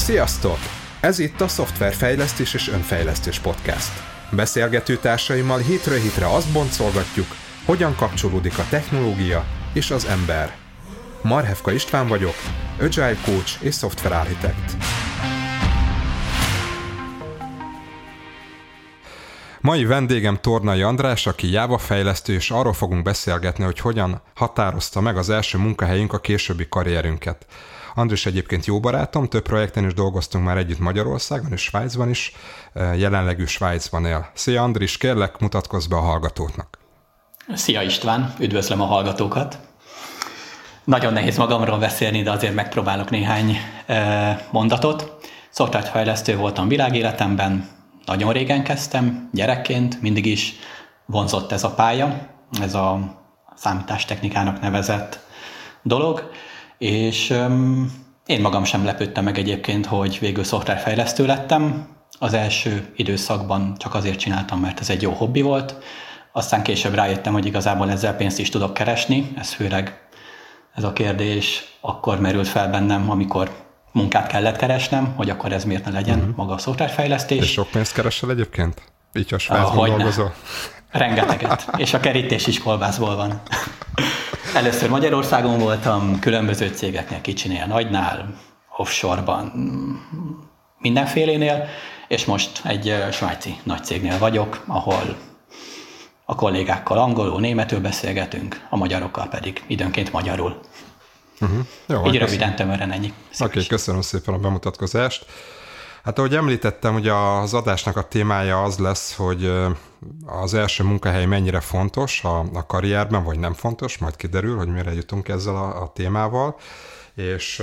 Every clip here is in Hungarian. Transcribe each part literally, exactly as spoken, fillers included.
Sziasztok! Ez itt a Szoftverfejlesztés és Önfejlesztés Podcast. Beszélgető társaimmal hétről hétre azt boncolgatjuk, hogyan kapcsolódik a technológia és az ember. Marhevka István vagyok, Agile Coach és Software Architect. Mai vendégem Tornai András, aki Java fejlesztő, és arról fogunk beszélgetni, hogy hogyan határozta meg az első munkahelyünk a későbbi karrierünket. Andris egyébként jó barátom, több projekten is dolgoztunk már együtt Magyarországon és Svájcban is, jelenleg ő Svájcban él. Szia Andris, kérlek, mutatkozz be a hallgatóknak. Szia István, üdvözlöm a hallgatókat. Nagyon nehéz magamról beszélni, de azért megpróbálok néhány mondatot. Szoftverfejlesztő voltam világéletemben, nagyon régen kezdtem, gyerekként, mindig is vonzott ez a pálya, ez a számítástechnikának nevezett dolog, és um, én magam sem lepődtem meg egyébként, hogy végül szoftverfejlesztő lettem. Az első időszakban csak azért csináltam, mert ez egy jó hobbi volt, aztán később rájöttem, hogy igazából ezzel pénzt is tudok keresni, ez főleg ez a kérdés akkor merült fel bennem, amikor munkát kellett keresnem, hogy akkor ez miért ne legyen uh-huh. maga a szoftverfejlesztés. És sok pénzt keresel egyébként? Így a Svájcban dolgozol? Rengeteget. És a kerítés is kolbászból van. Először Magyarországon voltam, különböző cégeknél, kicsinél, nagynál, offshore-ban, mindenfélénél, és most egy svájci nagy cégnél vagyok, ahol a kollégákkal angolul, németül beszélgetünk, a magyarokkal pedig időnként magyarul. Uh-huh. Jó, így röviden, tömören ennyi. Oké, okay, köszönöm szépen a bemutatkozást. Hát ahogy említettem, ugye az adásnak a témája az lesz, hogy az első munkahely mennyire fontos a, a karrierben, vagy nem fontos, majd kiderül, hogy mire jutunk ezzel a, a témával. És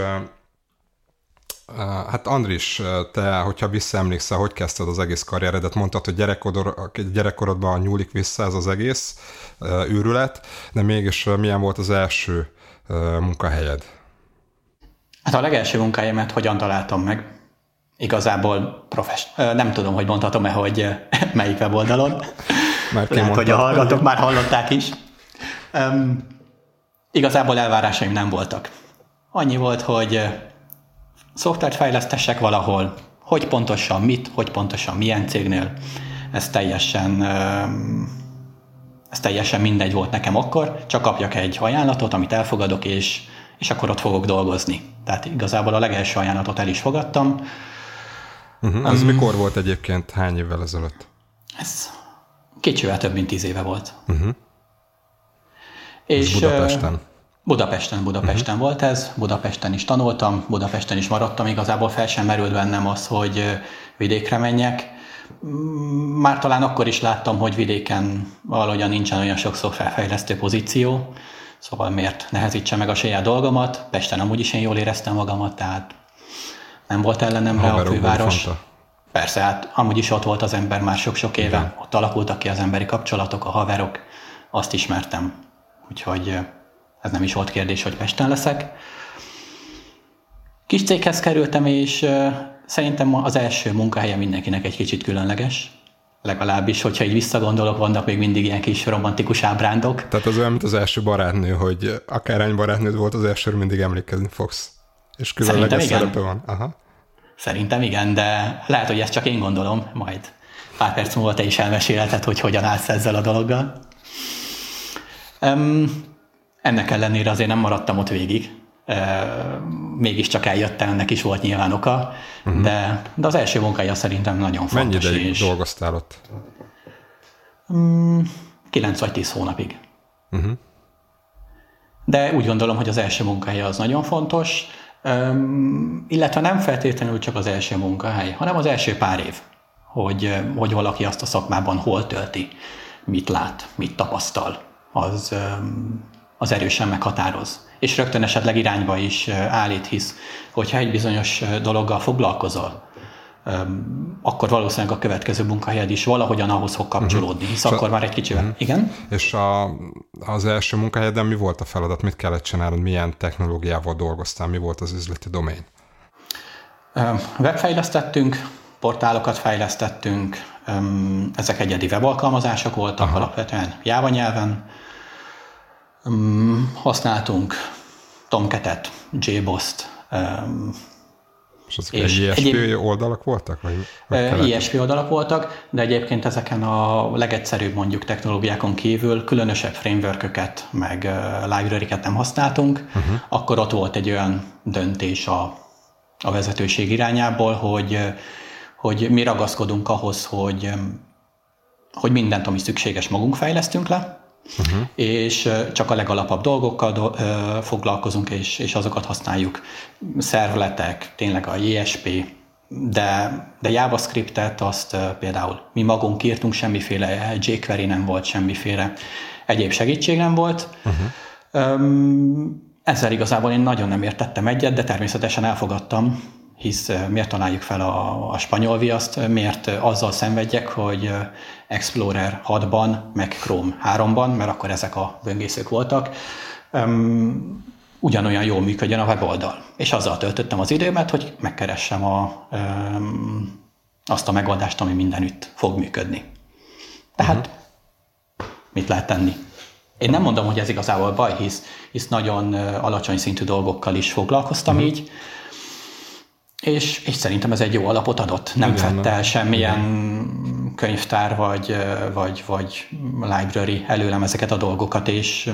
hát Andris, te, hogyha visszaemlékszel, hogy kezdted az egész karrieredet, mondtad, hogy gyerekkorod, gyerekkorodban nyúlik vissza ez az egész őrület, de mégis milyen volt az első munkahelyed? Hát a legelső munkahelyemet hogyan találtam meg? Igazából profes... nem tudom, hogy mondhatom-e, hogy melyik weboldalon. Már lehet, hogy a hallgatók már hallották is. Um, igazából elvárásaim nem voltak. Annyi volt, hogy szoftvert fejlesztessek valahol, hogy pontosan mit, hogy pontosan milyen cégnél. Ez teljesen, um, ez teljesen mindegy volt nekem akkor, csak kapjak egy ajánlatot, amit elfogadok, és, és akkor ott fogok dolgozni. Tehát igazából a legelső ajánlatot el is fogadtam. Uh-huh. Ez um, mikor volt egyébként? Hány évvel ezelőtt? Ez kicsivel több, mint tíz éve volt. Uh-huh. És ez Budapesten? Budapesten, Budapesten uh-huh. volt ez. Budapesten is tanultam, Budapesten is maradtam. Igazából fel sem merült bennem az, hogy vidékre menjek. Már talán akkor is láttam, hogy vidéken valahogyan nincsen olyan sok szoftverfejlesztő pozíció, szóval miért nehezítse meg a saját dolgomat. Pesten amúgy is én jól éreztem magamat, tehát nem volt ellenemre a főváros. Fonta. Persze, hát amúgy is ott volt az ember már sok-sok éve, igen. Ott alakultak ki az emberi kapcsolatok, a haverok, azt ismertem. Úgyhogy ez nem is volt kérdés, hogy Pesten leszek. Kis céghez kerültem, és szerintem az első munkahelyem mindenkinek egy kicsit különleges. Legalábbis, hogyha így visszagondolok, vannak még mindig ilyen kis romantikus ábrándok. Tehát az olyan, mint az első barátnő, hogy akárhány barátnőd volt, az elsőről mindig emlékezni fogsz. És különleges szerepe van. Aha. Szerintem igen, de lehet, hogy ezt csak én gondolom, majd pár perc múlva te is elmesélheted, hogy hogyan állsz ezzel a dologgal. Um, ennek ellenére azért nem maradtam ott végig. Uh, mégiscsak eljöttem, ennek is volt nyilván oka, uh-huh. de, de az első munkája szerintem nagyon fontos. Mennyi ideig és... dolgoztál ott? Um, kilenc vagy tíz hónapig. Uh-huh. De úgy gondolom, hogy az első munkahelye az nagyon fontos, Um, illetve nem feltétlenül csak az első munkahely, hanem az első pár év, hogy, hogy valaki azt a szakmában hol tölti, mit lát, mit tapasztal, az, um, az erősen meghatároz. És rögtön esetleg irányba is állít, hisz, hogyha egy bizonyos dologgal foglalkozol, um, akkor valószínűleg a következő munkahelyed is valahogyan ahhoz fog kapcsolódni, hisz uh-huh. akkor már egy kicsivel. Uh-huh. Igen? És a, az első munkahelyeden mi volt a feladat? Mit kellett csinálnod? Milyen technológiával dolgoztál? Mi volt az üzleti domain? Um, webfejlesztettünk, portálokat fejlesztettünk, um, ezek egyedi webalkalmazások voltak. Aha. Alapvetően Java nyelven. Um, használtunk Tomcat-et, J B O S-t, um, És azok és I S P egyéb... oldalak voltak? Vagy, vagy I S P oldalak voltak, de egyébként ezeken a legegyszerűbb mondjuk technológiákon kívül különösebb frameworköket, meg library-ket nem használtunk, uh-huh. Akkor ott volt egy olyan döntés a, a vezetőség irányából, hogy, hogy mi ragaszkodunk ahhoz, hogy, hogy mindent, ami szükséges, magunk fejlesztünk le, Uh-huh. és csak a legalapabb dolgokkal do- ö, foglalkozunk, és, és azokat használjuk. Szervletek, tényleg a I S P, de, de JavaScriptet azt ö, például mi magunk írtunk, semmiféle jQuery nem volt, semmiféle egyéb segítség nem volt. Uh-huh. Öm, ezzel igazából én nagyon nem értettem egyet, de természetesen elfogadtam, hisz miért találjuk fel a, a spanyol viaszt, miért azzal szenvedjek, hogy Explorer hatban, meg Chrome háromban, mert akkor ezek a böngészők voltak, um, ugyanolyan jól működjön a weboldal. És azzal töltöttem az időmet, hogy megkeressem a, um, azt a megoldást, ami mindenütt fog működni. Tehát uh-huh. mit lehet tenni? Én nem mondom, hogy ez igazából baj, hisz, hisz nagyon alacsony szintű dolgokkal is foglalkoztam uh-huh. így, És, és szerintem ez egy jó alapot adott. Nem igen, fette el semmilyen igen. könyvtár vagy, vagy, vagy library előlem ezeket a dolgokat, és,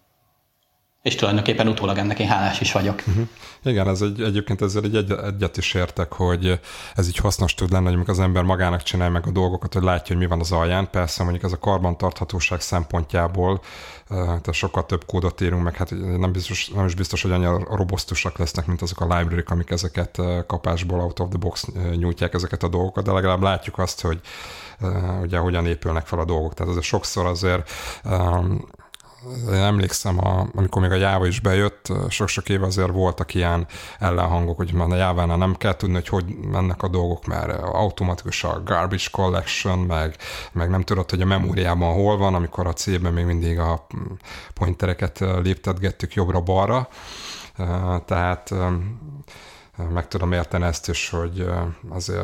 és tulajdonképpen utólag ennek én hálás is vagyok. Uh-huh. Igen, ez egy, egyébként ezzel egy, egy, egyet is értek, hogy ez így hasznos tud lenni, hogy amikor az ember magának csinálja meg a dolgokat, hogy látja, hogy mi van az alján. Persze mondjuk ez a karbantarthatóság szempontjából, tehát sokkal több kódot írunk meg, hát nem, biztos, nem is biztos, hogy annyira robosztusak lesznek, mint azok a library-k, amik ezeket kapásból out of the box nyújtják ezeket a dolgokat, de legalább látjuk azt, hogy ugye hogyan épülnek fel a dolgok. Tehát azért sokszor azért um, én emlékszem, a, amikor még a Java is bejött, sok-sok éve azért voltak ilyen ellenhangok, hogy a Java-nál nem kell tudni, hogy hogy mennek a dolgok, mert automatikus a garbage collection, meg, meg nem tudod, hogy a memóriában hol van, amikor a C-ben még mindig a pointereket léptetgettük jobbra-balra. Tehát meg tudom érteni ezt is, hogy azért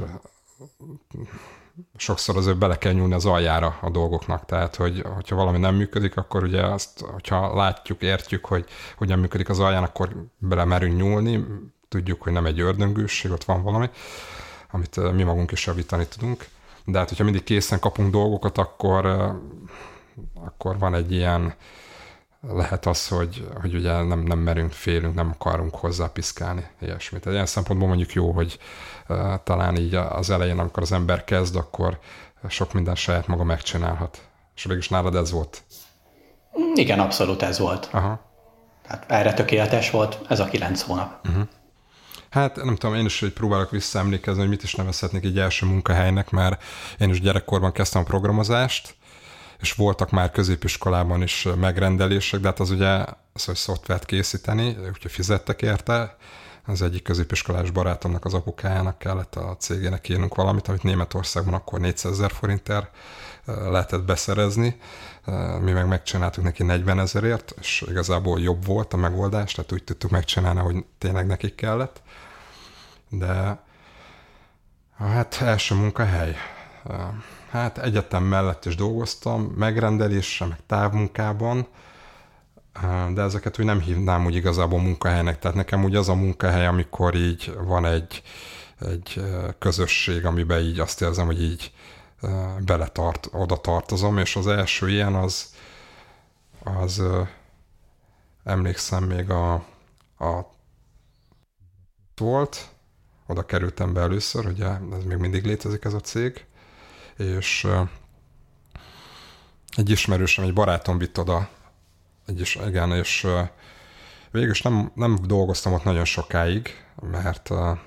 sokszor azért bele kell nyúlni az aljára a dolgoknak, tehát hogy, hogyha valami nem működik, akkor ugye azt, hogyha látjuk, értjük, hogy hogyan működik az alján, akkor bele merünk nyúlni, tudjuk, hogy nem egy ördöngősség, ott van valami, amit mi magunk is javítani tudunk, de hát hogyha mindig készen kapunk dolgokat, akkor, akkor van egy ilyen, lehet az, hogy, hogy ugye nem, nem merünk, félünk, nem akarunk hozzá piszkálni, ilyesmit. Tehát ilyen szempontból mondjuk jó, hogy uh, talán így az elején, amikor az ember kezd, akkor sok minden saját maga megcsinálhat. És végülis nálad ez volt? Igen, abszolút ez volt. Aha. Tehát erre tökéletes volt ez a kilenc hónap. Uh-huh. Hát nem tudom, én is hogy próbálok visszaemlékezni, hogy mit is nevezhetnék egy első munkahelynek, mert én is gyerekkorban kezdtem a programozást, és voltak már középiskolában is megrendelések, de hát az ugye az, hogy szoftvert készíteni, úgyhogy fizettek érte. Az egyik középiskolás barátomnak, az apukájának kellett a cégének írnunk valamit, amit Németországban akkor négyszázezer forintért lehetett beszerezni. Mi meg megcsináltuk neki negyvenezerért, és igazából jobb volt a megoldás, tehát úgy tudtuk megcsinálni, hogy tényleg nekik kellett. De hát első munkahely. Hát egyetem mellett is dolgoztam, megrendelésre, meg távmunkában, de ezeket úgy nem hívnám úgy igazából munkahelynek. Tehát nekem úgy az a munkahely, amikor így van egy, egy közösség, amiben így azt érzem, hogy így beletart, oda tartozom, és az első ilyen az, az emlékszem még a, a volt, oda kerültem be először, ugye ez még mindig létezik ez a cég, és uh, egy ismerősöm, egy barátom vitt oda, egy is, igen, és uh, végülis nem, nem dolgoztam ott nagyon sokáig, mert uh,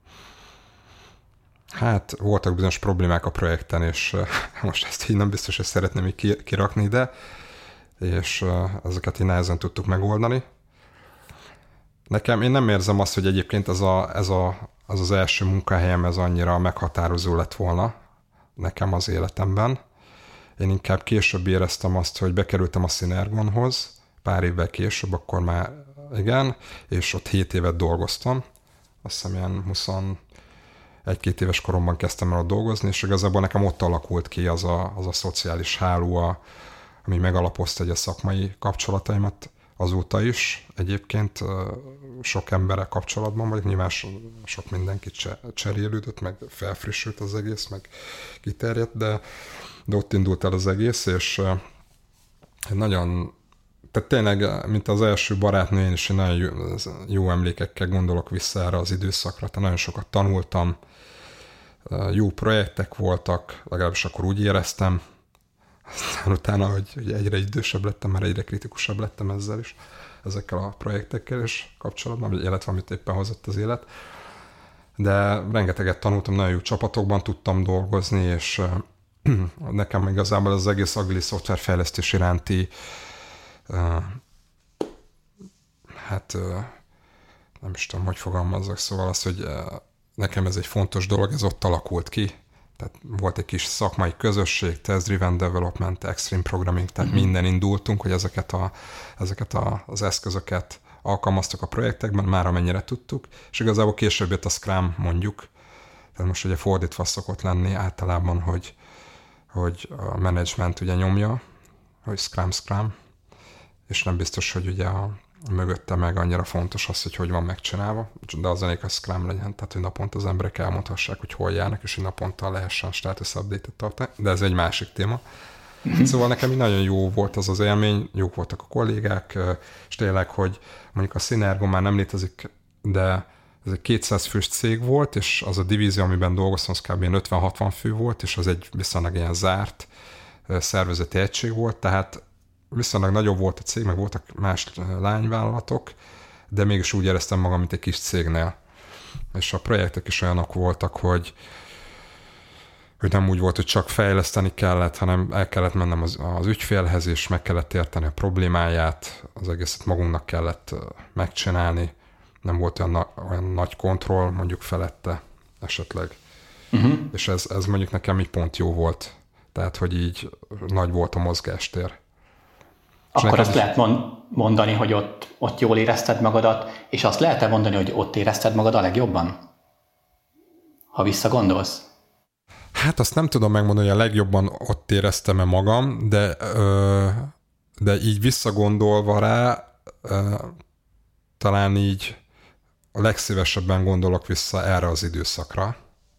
hát voltak bizonyos problémák a projekten, és uh, most ezt így nem biztos, hogy szeretném így kirakni ide, és uh, ezeket így nehezen tudtuk megoldani. Nekem, én nem érzem azt, hogy egyébként ez, a, ez a, az az első munkahelyem, ez annyira meghatározó lett volna nekem az életemben. Én inkább később éreztem azt, hogy bekerültem a Synergonhoz, pár évvel később, akkor már igen, és ott hét évet dolgoztam. Azt hiszem ilyen huszonegy-két éves koromban kezdtem el ott dolgozni, és igazából nekem ott alakult ki az a, az a szociális háló, a, ami megalapozta egy a szakmai kapcsolataimat azóta is egyébként sok emberrel kapcsolatban vagyok, nyilván sok mindenki cserélődött, meg felfrissült az egész, meg kiterjedt, de, de ott indult el az egész, és nagyon, tehát tényleg, mint az első barátnő, én is nagyon jó, jó emlékekkel gondolok vissza erre az időszakra, tehát nagyon sokat tanultam, jó projektek voltak, legalábbis akkor úgy éreztem, aztán utána, hogy, hogy egyre idősebb lettem, már egyre kritikusabb lettem ezzel is, ezekkel a projektekkel is kapcsolatban, illetve amit éppen hozott az élet. De rengeteget tanultam, nagyon jó csapatokban tudtam dolgozni, és nekem igazából az egész agili szoftverfejlesztés iránti uh, hát uh, nem is tudom, hogy fogalmazzak, szóval az, hogy uh, nekem ez egy fontos dolog, ez ott alakult ki. Tehát volt egy kis szakmai közösség, test-driven development, extreme programming, tehát mm-hmm. minden indultunk, hogy ezeket, a, ezeket a, az eszközöket alkalmaztuk a projektekben, már amennyire tudtuk, és igazából később jött a Scrum, mondjuk. Tehát most ugye fordítva szokott lenni általában, hogy, hogy a management ugye nyomja, hogy Scrum, Scrum, és nem biztos, hogy ugye a mögötte meg annyira fontos az, hogy hogy van megcsinálva, de az elég, hogy Scrum legyen, tehát hogy naponta az emberek elmondhassák, hogy hol járnak, és hogy naponta lehessen status update-et tartani, de ez egy másik téma. Mm-hmm. Szóval nekem nagyon jó volt az az élmény, jók voltak a kollégák, és tényleg, hogy mondjuk a Synergo már nem létezik, de ez egy kétszáz fős cég volt, és az a divízió, amiben dolgoztam, az kb. ötven-hatvan fő volt, és az egy viszonylag ilyen zárt szervezeti egység volt, tehát viszonylag nagyobb volt a cég, meg voltak más lányvállalatok, de mégis úgy éreztem magam, mint egy kis cégnél. És a projektek is olyanok voltak, hogy, hogy nem úgy volt, hogy csak fejleszteni kellett, hanem el kellett mennem az, az ügyfélhez, és meg kellett érteni a problémáját, az egészet magunknak kellett megcsinálni, nem volt olyan, na, olyan nagy kontroll mondjuk felette esetleg. Uh-huh. És ez, ez mondjuk nekem így pont jó volt. Tehát, hogy így nagy volt a mozgástér. Akkor azt lehet mondani, hogy ott, ott jól érezted magadat, és azt lehet-e mondani, hogy ott érezted magad a legjobban? Ha visszagondolsz? Hát azt nem tudom megmondani, hogy a legjobban ott éreztem-e magam, de, de így visszagondolva rá, talán így a legszívesebben gondolok vissza erre az időszakra.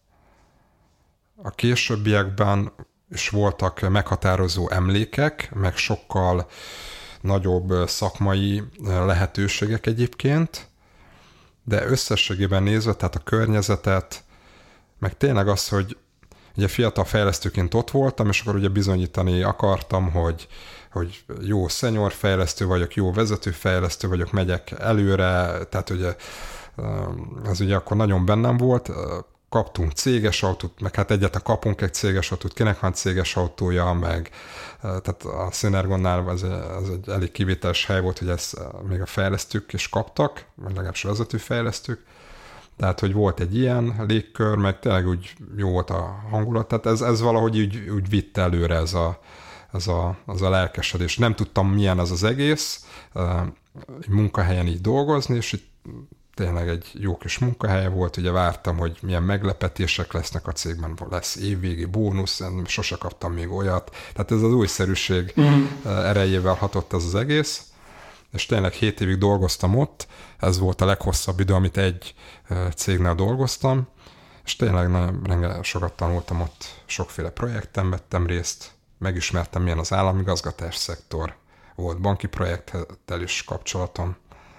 A későbbiekben is voltak meghatározó emlékek, meg sokkal nagyobb szakmai lehetőségek egyébként, de összességében nézve, tehát a környezetet, meg tényleg az, hogy ugye fiatal fejlesztőként ott voltam, és akkor ugye bizonyítani akartam, hogy, hogy jó senior fejlesztő vagyok, jó vezető fejlesztő vagyok, megyek előre, tehát ugye ez ugye akkor nagyon bennem volt, kaptunk céges autót, meg hát egyáltalán kapunk egy céges autót, kinek van céges autója, meg tehát a Synergonnál ez, ez egy elég kivételes hely volt, hogy ezt még a fejlesztők is kaptak, vagy legalábbis vezető fejlesztők, tehát hogy volt egy ilyen légkör, meg tényleg úgy jó volt a hangulat, tehát ez, ez valahogy úgy, úgy vitte előre ez a, ez, a, ez a lelkesedés. Nem tudtam, milyen az az egész, egy munkahelyen így dolgozni, és itt tényleg egy jó kis munkahelye volt, ugye vártam, hogy milyen meglepetések lesznek a cégben, lesz évvégi bónusz, sose kaptam még olyat, tehát ez az újszerűség mm. erejével hatott ez az egész, és tényleg hét évig dolgoztam ott, ez volt a leghosszabb idő, amit egy cégnél dolgoztam, és tényleg nagyon rengeteg sokat tanultam ott, sokféle projekten vettem részt, megismertem, milyen az államigazgatás szektor, volt banki projekttel is kapcsolatom.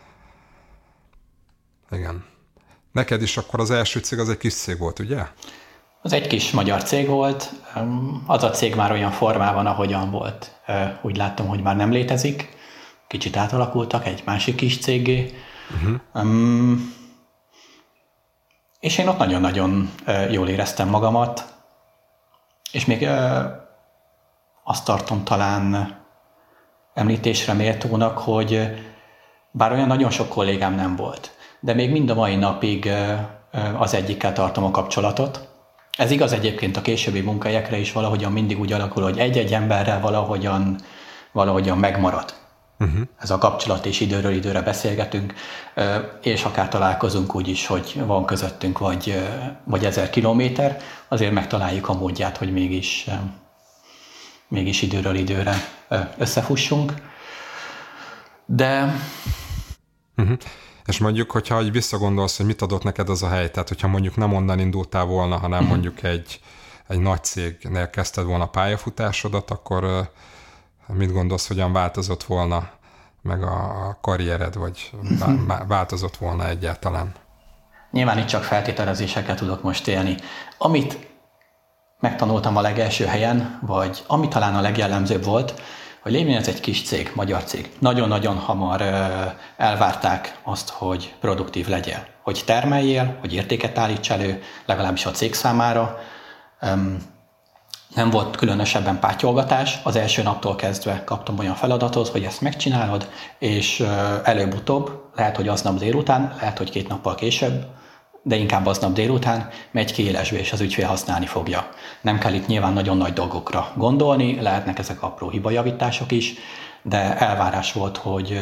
Igen. Neked is akkor az első cég az egy kis cég volt, ugye? Az egy kis magyar cég volt. Az a cég már olyan formában, ahogyan volt. Úgy láttam, hogy már nem létezik. Kicsit átalakultak egy másik kis céggé. Uh-huh. Um, és én ott nagyon-nagyon jól éreztem magamat. És még uh, azt tartom talán említésre méltónak, hogy bár olyan nagyon sok kollégám nem volt, de még mind a mai napig az egyikkel tartom a kapcsolatot. Ez igaz egyébként a későbbi munkahelyekre is, valahogyan mindig úgy alakul, hogy egy-egy emberrel valahogyan, valahogyan megmarad. Uh-huh. Ez a kapcsolat, és időről időre beszélgetünk, és akár találkozunk úgy is, hogy van közöttünk vagy, vagy ezer kilométer, azért megtaláljuk a módját, hogy mégis, mégis időről időre összefussunk. De... Uh-huh. És mondjuk, hogyha így visszagondolsz, hogy mit adott neked az a hely, tehát hogyha mondjuk nem onnan indultál volna, hanem uh-huh. mondjuk egy, egy nagy cégnél kezdted volna a pályafutásodat, akkor mit gondolsz, hogyan változott volna meg a karriered, vagy változott volna egyáltalán? Nyilván itt csak feltételezésekkel tudok most élni. Amit megtanultam a legelső helyen, vagy ami talán a legjellemzőbb volt, hogy lévén ez egy kis cég, magyar cég. Nagyon-nagyon hamar elvárták azt, hogy produktív legyél. Hogy termeljél, hogy értéket állíts elő, legalábbis a cég számára. Nem volt különösebben pátyolgatás. Az első naptól kezdve kaptam olyan feladatot, hogy ezt megcsinálod, és előbb-utóbb, lehet, hogy aznap délután, lehet, hogy két nappal később, de inkább aznap délután megy ki élesbe, és az ügyfél használni fogja. Nem kell itt nyilván nagyon nagy dolgokra gondolni, lehetnek ezek apró hibajavítások is, de elvárás volt, hogy,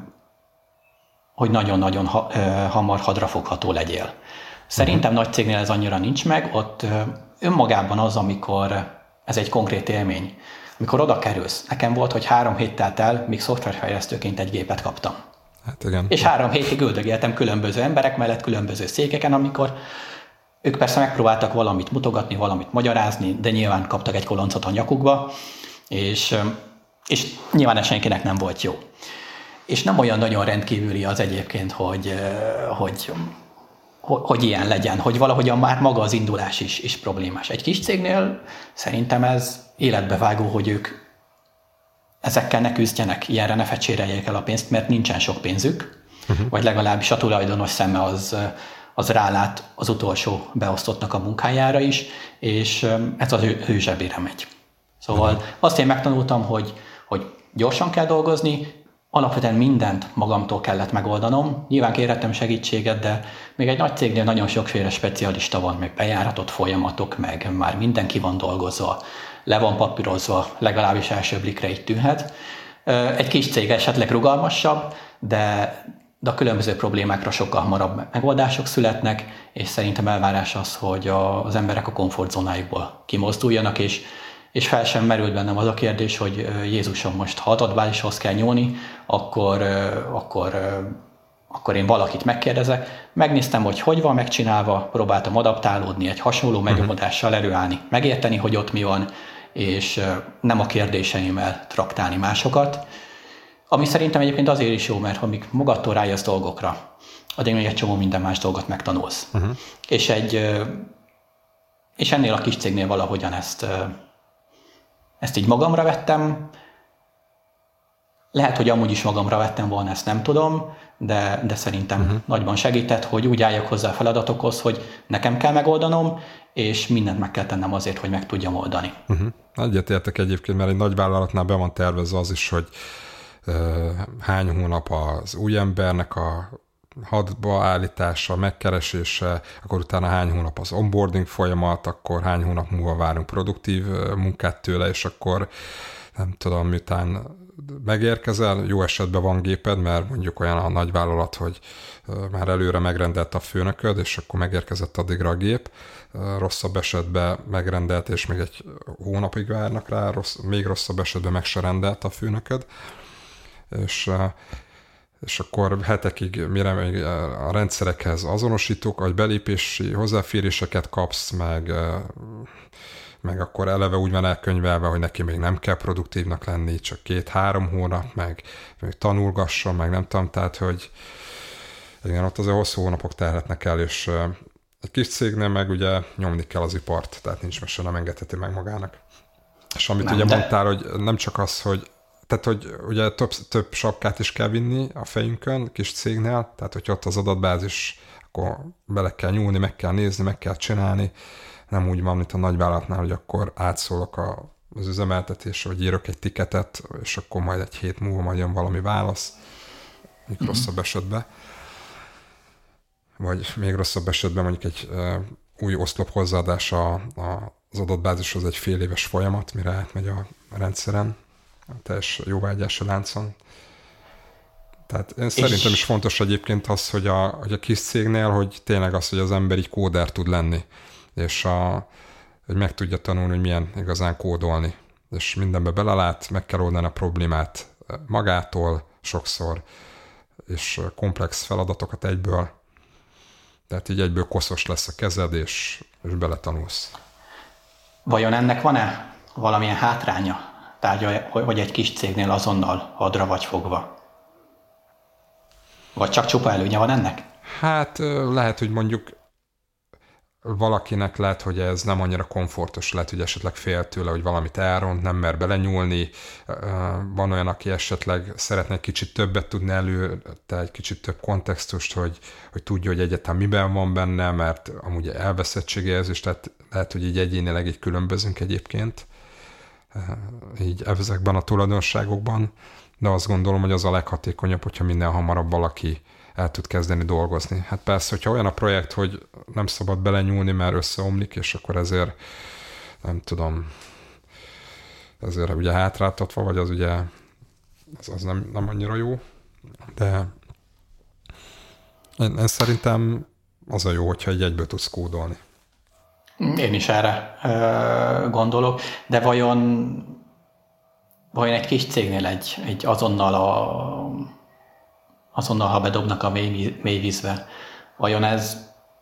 hogy nagyon-nagyon hamar hadrafogható legyél. Szerintem uh-huh. nagy cégnél ez annyira nincs meg, ott önmagában az, amikor ez egy konkrét élmény, amikor oda kerülsz. Nekem volt, hogy három hét telt el, míg szoftverfejlesztőként egy gépet kaptam. Hát igen. És három hétig üldögéltem különböző emberek mellett, különböző székeken, amikor ők persze megpróbáltak valamit mutogatni, valamit magyarázni, de nyilván kaptak egy koloncot a nyakukba, és, és nyilván ez senkinek nem volt jó. És nem olyan nagyon rendkívüli az egyébként, hogy, hogy, hogy, hogy ilyen legyen, hogy valahogyan már maga az indulás is, is problémás. Egy kis cégnél szerintem ez életbevágó, hogy ők ezekkel ne küzdjenek, ilyenre ne fecséreljék el a pénzt, mert nincsen sok pénzük, uh-huh. vagy legalábbis a tulajdonos szeme az, az rálát az utolsó beosztottnak a munkájára is, és ez az ő, ő zsebére megy. Szóval uh-huh. azt én megtanultam, hogy, hogy gyorsan kell dolgozni, alapvetően mindent magamtól kellett megoldanom. Nyilván kérhettem segítséget, de még egy nagy cégnél nagyon sokféle specialista van, meg bejáratott folyamatok, meg már mindenki van dolgozva, le van papírozva, legalábbis első blikre így tűnhet. Egy kis cég esetleg rugalmasabb, de, de a különböző problémákra sokkal hamarabb megoldások születnek, és szerintem elvárás az, hogy a, az emberek a komfortzónájukból kimozduljanak, és, és fel sem merült bennem az a kérdés, hogy Jézusom, most ha adatbázishoz kell nyúlni, akkor, akkor, akkor én valakit megkérdezek. Megnéztem, hogy hogy van megcsinálva, próbáltam adaptálódni, egy hasonló megoldással előállni, megérteni, hogy ott mi van, és nem a kérdéseimmel traktálni másokat. Ami szerintem egyébként azért is jó, mert ha még magadtól rájössz dolgokra, addig még egy csomó minden más dolgot megtanulsz. Uh-huh. És, egy, és ennél a kis cégnél valahogyan ezt, ezt így magamra vettem. Lehet, hogy amúgy is magamra vettem volna, ezt nem tudom, de, de szerintem uh-huh. nagyban segített, hogy úgy álljak hozzá a feladatokhoz, hogy nekem kell megoldanom, és mindent meg kell tennem azért, hogy meg tudjam oldani. Uh-huh. Egyetértek egyébként, mert egy nagy vállalatnál be van tervezve az is, hogy uh, hány hónap az új embernek a hadba állítása, megkeresése, akkor utána hány hónap az onboarding folyamat, akkor hány hónap múlva várunk produktív munkát tőle, és akkor nem tudom, miután megérkezel, jó esetben van géped, mert mondjuk olyan a nagy vállalat, hogy már előre megrendelt a főnököd, és akkor megérkezett addigra a gép, rosszabb esetben megrendelt, és még egy hónapig várnak rá, rossz, még rosszabb esetben meg se rendelt a főnököd, és, és akkor hetekig, mire még a rendszerekhez azonosítók, vagy belépési hozzáféréseket kapsz, meg meg akkor eleve úgy van elkönyvelve, hogy neki még nem kell produktívnak lenni, csak két-három hónap, meg, meg tanulgasson, meg nem tudom, tehát, hogy igen, ott azért hosszú hónapok telhetnek el, és uh, egy kis cégnél meg ugye nyomni kell az ipart, tehát nincs mese, nem engedheti meg magának. És amit nem, ugye de... mondtál, hogy nem csak az, hogy tehát, hogy ugye több, több sapkát is kell vinni a fejünkön, kis cégnél, tehát, hogy ott az adatbázis, akkor bele kell nyúlni, meg kell nézni, meg kell csinálni, nem úgy van, mint a nagyvállalatnál, hogy akkor átszólok a, az üzemeltetésre, vagy írok egy tiketet, és akkor majd egy hét múlva majd jön valami válasz, még mm-hmm. rosszabb esetben. Vagy még rosszabb esetben mondjuk egy uh, új oszlop hozzáadása a, az adatbázishoz egy fél éves folyamat, mire átmegy a rendszeren, a teljes jóvágyási láncon. Tehát én és... szerintem is fontos egyébként az, hogy a, hogy a kis cégnél, hogy tényleg az, hogy az ember így kóder tud lenni, és a, hogy meg tudja tanulni, hogy milyen igazán kódolni. És mindenbe belelát, meg kell oldani a problémát magától, sokszor, és komplex feladatokat egyből, tehát így egyből koszos lesz a kezed, és, és beletanulsz. Vajon ennek van-e valamilyen hátránya? Tehát, hogy egy kis cégnél azonnal hadra vagy fogva? Vagy csak csupa előnye van ennek? Hát lehet, hogy mondjuk valakinek lehet, hogy ez nem annyira komfortos, lehet, hogy esetleg fél tőle, hogy valamit elront, nem mer belenyúlni. Van olyan, aki esetleg szeretne egy kicsit többet tudni előtte, egy kicsit több kontextust, hogy, hogy tudja, hogy egyáltalán miben van benne, mert amúgy elveszettségérzés, tehát lehet, hogy így egyénileg így különbözünk egyébként, így ezekben a tulajdonságokban, de azt gondolom, hogy az a leghatékonyabb, hogyha minden hamarabb valaki el tud kezdeni dolgozni. Hát persze, hogyha olyan a projekt, hogy nem szabad belenyúlni, mert összeomlik, és akkor ezért, nem tudom, ezért ugye hátráltatva, vagy az ugye, az, az nem, nem annyira jó, de én, én szerintem az a jó, hogyha egy egyből tudsz kódolni. Én is erre ö, gondolok, de vajon, vajon egy kis cégnél egy, egy azonnal a azonnal, ha bedobnak a mély, mély vízbe, vajon ez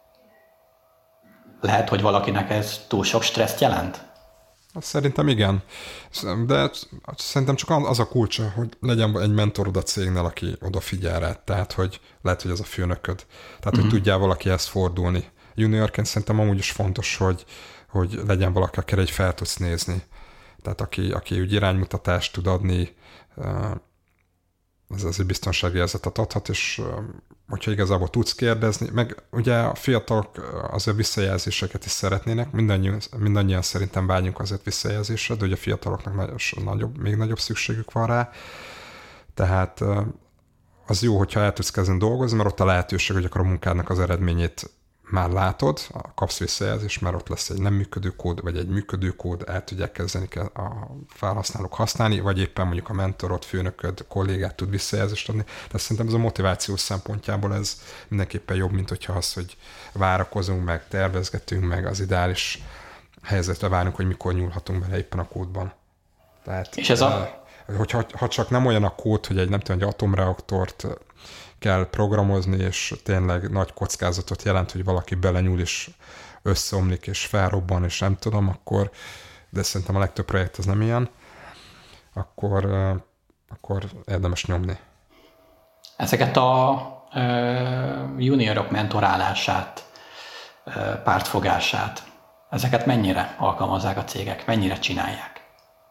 lehet, hogy valakinek ez túl sok stresszt jelent? Szerintem igen, de szerintem csak az a kulcsa, hogy legyen egy mentorod a cégnél, aki odafigyel rá, tehát hogy lehet, hogy az a főnököd, tehát mm-hmm. hogy tudjál valakihez fordulni. Juniorként szerintem amúgy is fontos, hogy, hogy legyen valaki, akire egy fel tudsz nézni, tehát aki, aki úgy iránymutatást tud adni, ez az egy biztonsági érzetet adhat, és hogyha igazából tudsz kérdezni, meg ugye a fiatalok azért visszajelzéseket is szeretnének, mindannyian, mindannyian szerintem vágyunk azért visszajelzésre, de ugye a fiataloknak nagyobb, még nagyobb szükségük van rá, tehát az jó, hogyha el tudsz kezdeni dolgozni, mert ott a lehetőség, hogy akkor a munkádnak az eredményét már látod, kapsz visszajelzést, mert ott lesz egy nem működő kód, vagy egy működő kód, el tudják kezdeni a felhasználók használni, vagy éppen mondjuk a mentorod, főnököd, kollégát tud visszajelzést adni. Tehát szerintem ez a motiváció szempontjából ez mindenképpen jobb, mint hogyha az, hogy várakozunk, meg tervezgetünk, meg az ideális helyzetre várunk, hogy mikor nyúlhatunk bele éppen a kódban. Tehát, és ez a... hogyha, ha csak nem olyan a kód, hogy egy nem tudom, egy atomreaktort kell programozni, és tényleg nagy kockázatot jelent, hogy valaki belenyúl, és összeomlik, és felrobban, és nem tudom, akkor, de szerintem a legtöbb projekt az nem ilyen, akkor, akkor érdemes nyomni. Ezeket a juniorok mentorálását, pártfogását, ezeket mennyire alkalmazzák a cégek, mennyire csinálják?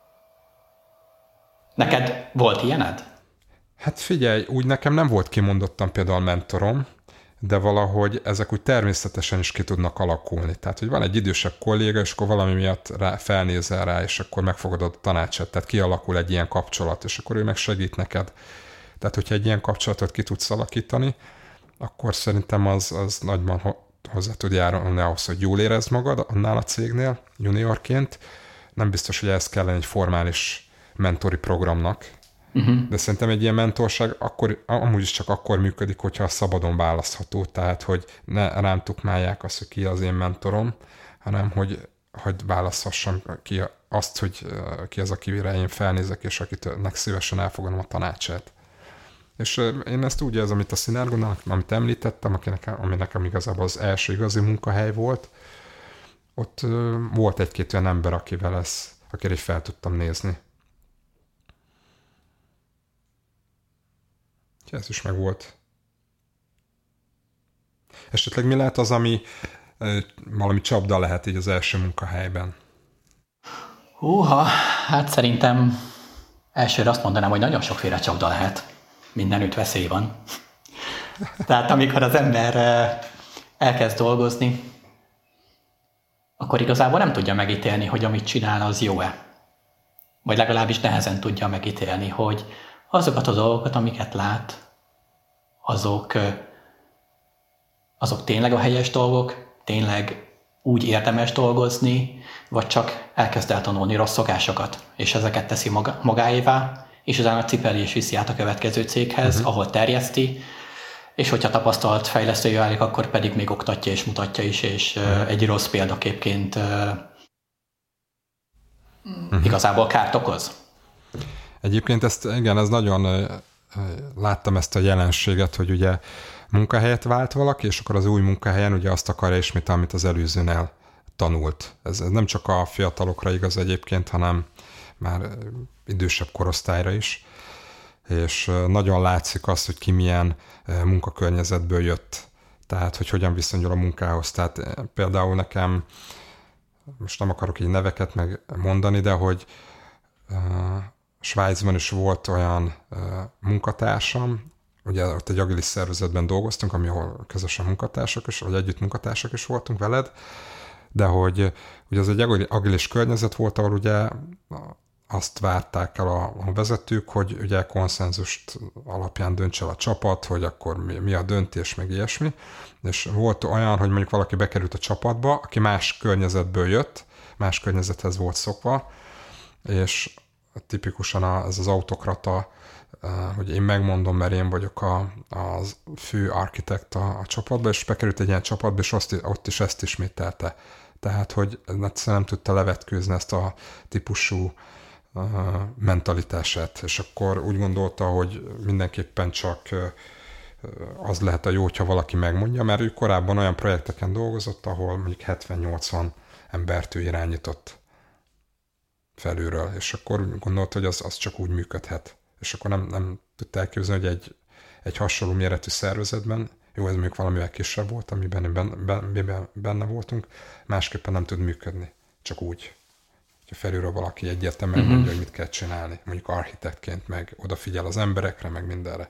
Neked volt ilyened? Hát figyelj, úgy nekem nem volt kimondottan például mentorom, de valahogy ezek úgy természetesen is ki tudnak alakulni. Tehát, hogy van egy idősebb kolléga, és akkor valami miatt rá, felnézel rá, és akkor megfogod a tanácsát, tehát kialakul egy ilyen kapcsolat, és akkor ő meg segít neked. Tehát, hogyha egy ilyen kapcsolatot ki tudsz alakítani, akkor szerintem az, az nagyban hozzá tud járulni ahhoz, hogy jól érezd magad annál a cégnél, juniorként. Nem biztos, hogy ez kellene egy formális mentori programnak, uh-huh. de szerintem egy ilyen mentorság akkor, amúgy is csak akkor működik, hogyha szabadon választható, tehát hogy ne rám tukmálják azt, hogy ki az én mentorom, hanem hogy, hogy választhassam ki azt, hogy ki az, akire én felnézek, és akitnek szívesen elfogadom a tanácsát. És én ezt úgy érzem, amit a Synergonál, amit említettem, ami nekem igazából az első igazi munkahely volt, ott volt egy-két olyan ember, akivel ez, akire is fel tudtam nézni. Ez is meg volt. Esetleg mi lehet az, ami valami csapda lehet így az első munkahelyben? Húha, hát szerintem elsőre azt mondanám, hogy nagyon sokféle csapda lehet. Mindenütt veszély van. Tehát amikor az ember elkezd dolgozni, akkor igazából nem tudja megítélni, hogy amit csinál, az jó-e. Vagy legalábbis nehezen tudja megítélni, hogy azokat a dolgokat, amiket lát, azok, azok tényleg a helyes dolgok, tényleg úgy érdemes dolgozni, vagy csak elkezd eltanulni rossz szokásokat, és ezeket teszi maga, magáévá, és utána cipeli és viszi át a következő céghez, uh-huh. ahol terjeszti, és hogyha tapasztalt fejlesztői válik, akkor pedig még oktatja és mutatja is, és uh-huh. egy rossz példaképként uh-huh. igazából kárt okoz. Egyébként ezt, igen, ez nagyon láttam ezt a jelenséget, hogy ugye munkahelyet vált valaki, és akkor az új munkahelyen ugye azt akarja ismételni, amit az előzőnél tanult. Ez, ez nem csak a fiatalokra igaz egyébként, hanem már idősebb korosztályra is. És nagyon látszik azt, hogy ki milyen munkakörnyezetből jött. Tehát, hogy hogyan viszonyul a munkához. Tehát például nekem, most nem akarok így neveket megmondani, de hogy uh, Svájcban is volt olyan uh, munkatársam, ugye ott egy agilis szervezetben dolgoztunk, ami ahol közösen munkatársak is, vagy együtt munkatársak is voltunk veled, de hogy ugye az egy agilis környezet volt, ahol ugye azt várták el a, a vezetők, hogy ugye konszenzust alapján dönts el a csapat, hogy akkor mi, mi a döntés, meg ilyesmi. És volt olyan, hogy mondjuk valaki bekerült a csapatba, aki más környezetből jött, más környezethez volt szokva, és tipikusan a, ez az autokrata, hogy én megmondom, mert én vagyok a, a fő architekt a, a csapatba, és bekerült egy ilyen csapatba, és azt, ott is ezt ismételte. Tehát, hogy nem tudta levetkőzni ezt a típusú uh, mentalitását, és akkor úgy gondolta, hogy mindenképpen csak uh, az lehet a jó, hogyha valaki megmondja, mert ő korábban olyan projekteken dolgozott, ahol mondjuk hetven-nyolcvan embert ő irányított felülről, és akkor úgy gondolta, hogy az, az csak úgy működhet. És akkor nem, nem tudta elképzelni, hogy egy, egy hasonló méretű szervezetben, jó, ez még valamivel kisebb volt, amiben benne, benne voltunk, másképpen nem tud működni. Csak úgy, hogyha felülről valaki egyértelműen uh-huh. mondja, hogy mit kell csinálni. Mondjuk architektként, meg odafigyel az emberekre, meg mindenre.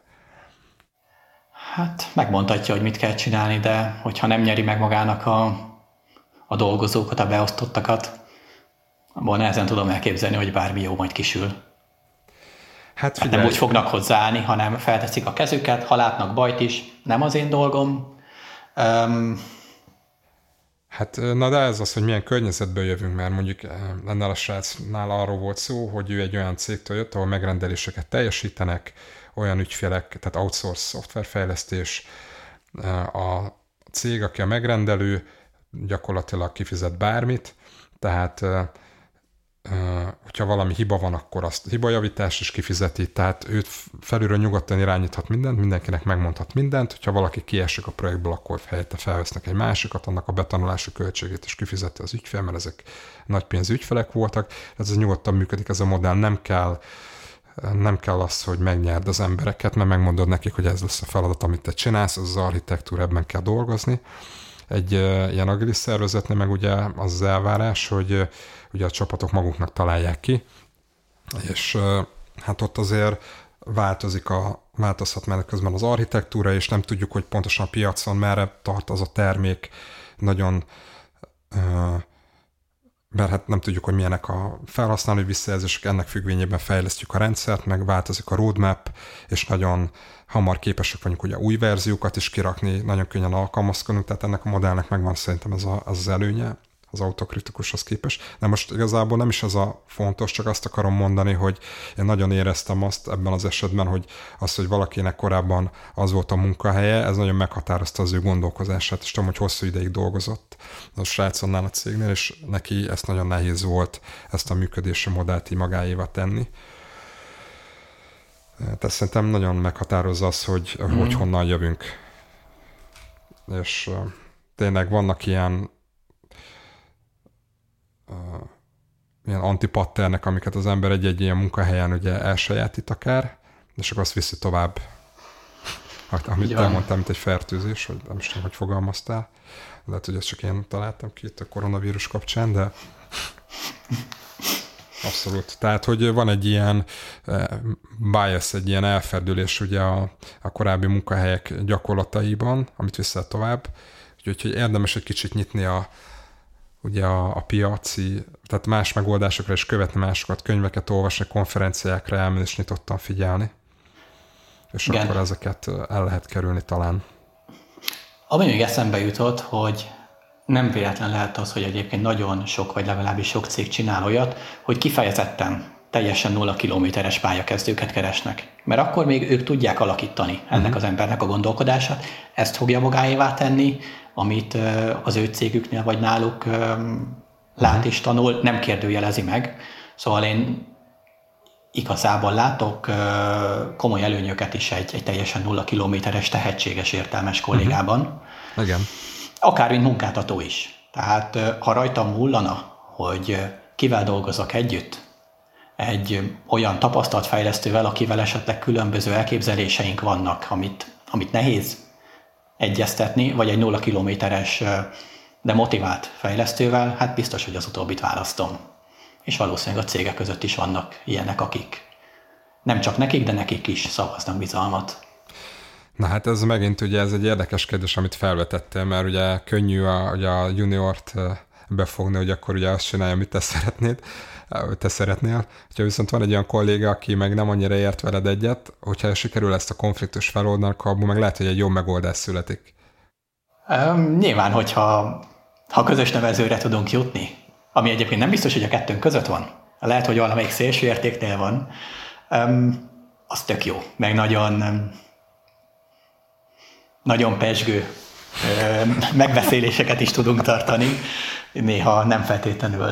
Hát megmondhatja, hogy mit kell csinálni, de hogyha nem nyeri meg magának a, a dolgozókat, a beosztottakat, abból nehezen tudom elképzelni, hogy bármi jó majd kisül. Hát, hát nem úgy fognak hozzáállni, hanem felteszik a kezüket, ha látnak bajt is, nem az én dolgom. Um, hát na de ez az, hogy milyen környezetből jövünk, mert mondjuk ennél a srácnál arról volt szó, hogy ő egy olyan cégtől jött, ahol megrendeléseket teljesítenek, olyan ügyfélek, tehát outsource szoftverfejlesztés, a cég, aki a megrendelő, gyakorlatilag kifizet bármit, tehát Uh, hogyha valami hiba van, akkor azt hibajavítás is kifizeti, tehát őt felülről nyugodtan irányíthat mindent, mindenkinek megmondhat mindent, hogyha valaki kiesik a projektből, akkor helyette felvesznek egy másikat, annak a betanulási költségét is kifizeti az ügyfél, mert ezek nagy pénzű ügyfelek voltak, ez az nyugodtan működik ez a modell, nem kell, nem kell az, hogy megnyerd az embereket, mert megmondod nekik, hogy ez lesz a feladat, amit te csinálsz, az az architektúra, ebben kell dolgozni. Egy uh, ilyen agilis szervezetnél meg ugye az az elvárás, hogy uh, ugye a csapatok maguknak találják ki, és uh, hát ott azért változik a, változhat menet közben az architektúra, és nem tudjuk, hogy pontosan a piacon merre tart az a termék, nagyon uh, mert hát nem tudjuk, hogy milyenek a felhasználói visszajelzések, ennek függvényében fejlesztjük a rendszert, meg változik a roadmap, és nagyon hamar képesek vagyunk ugye új verziókat is kirakni, nagyon könnyen alkalmazkodunk, tehát ennek a modellnek megvan szerintem ez a, az, az előnye, az autokritikushoz képest. De most igazából nem is ez a fontos, csak azt akarom mondani, hogy én nagyon éreztem azt ebben az esetben, hogy az, hogy valakinek korábban az volt a munkahelye, ez nagyon meghatározta az ő gondolkozását, és tudom, hogy hosszú ideig dolgozott a sráconnál a cégnél, és neki ezt nagyon nehéz volt ezt a működési modellt így magáévá tenni. Tehát szerintem nagyon meghatározza az, hogy, mm. hogy honnan jövünk. És uh, tényleg vannak ilyen uh, ilyen antipatternek, amiket az ember egy-egy ilyen munkahelyen ugye elsajátít akár, és akkor azt viszi tovább. Amit ja. te mondtál, mint egy fertőzés, vagy nem is tudom, hogy fogalmaztál. Lehet, hogy ezt csak én találtam ki itt a koronavírus kapcsán, de abszolút. Tehát, hogy van egy ilyen bias, egy ilyen elferdülés ugye a, a korábbi munkahelyek gyakorlataiban, amit viszel tovább. Úgyhogy érdemes egy kicsit nyitni a, ugye a, a piaci, tehát más megoldásokra is követni másokat, könyveket olvasni, konferenciákra elmenni és nyitottan figyelni. És igen. Akkor ezeket el lehet kerülni talán. Ami még eszembe jutott, hogy nem véletlen lehet az, hogy egyébként nagyon sok, vagy legalábbis sok cég csinál olyat, hogy kifejezetten teljesen nulla kilométeres pályakezdőket keresnek. Mert akkor még ők tudják alakítani ennek uh-huh. az embernek a gondolkodását. Ezt fogja magáévá tenni, amit az ő cégüknél vagy náluk lát uh-huh. és tanul, nem kérdőjelezi meg. Szóval én igazából látok komoly előnyöket is egy, egy teljesen nulla kilométeres, tehetséges, értelmes kollégában. Uh-huh. Igen. Akár mint munkáltató is. Tehát ha rajtam múllana, hogy kivel dolgozok együtt, egy olyan tapasztalt fejlesztővel, akivel esetleg különböző elképzeléseink vannak, amit, amit nehéz egyeztetni, vagy egy nulla kilométeres, de motivált fejlesztővel, hát biztos, hogy az utóbbit választom. És valószínűleg a cégek között is vannak ilyenek, akik nem csak nekik, de nekik is szavaznak bizalmat. Na hát ez megint ugye ez egy érdekes kérdés, amit felvetettél, mert ugye könnyű a, ugye a juniort befogni, hogy akkor ugye azt csinálja, amit te szeretnéd, te szeretnél. Ha viszont van egy olyan kolléga, aki meg nem annyira ért veled egyet, hogyha sikerül ezt a konfliktus feloldani, akkor abból meg lehet, hogy egy jó megoldás születik. Um, nyilván, hogyha ha közös nevezőre tudunk jutni, ami egyébként nem biztos, hogy a kettőnk között van, lehet, hogy valamelyik szélső értéknél van, um, az tök jó, meg nagyon, um, nagyon pezsgő um, megbeszéléseket is tudunk tartani. Néha nem feltétlenül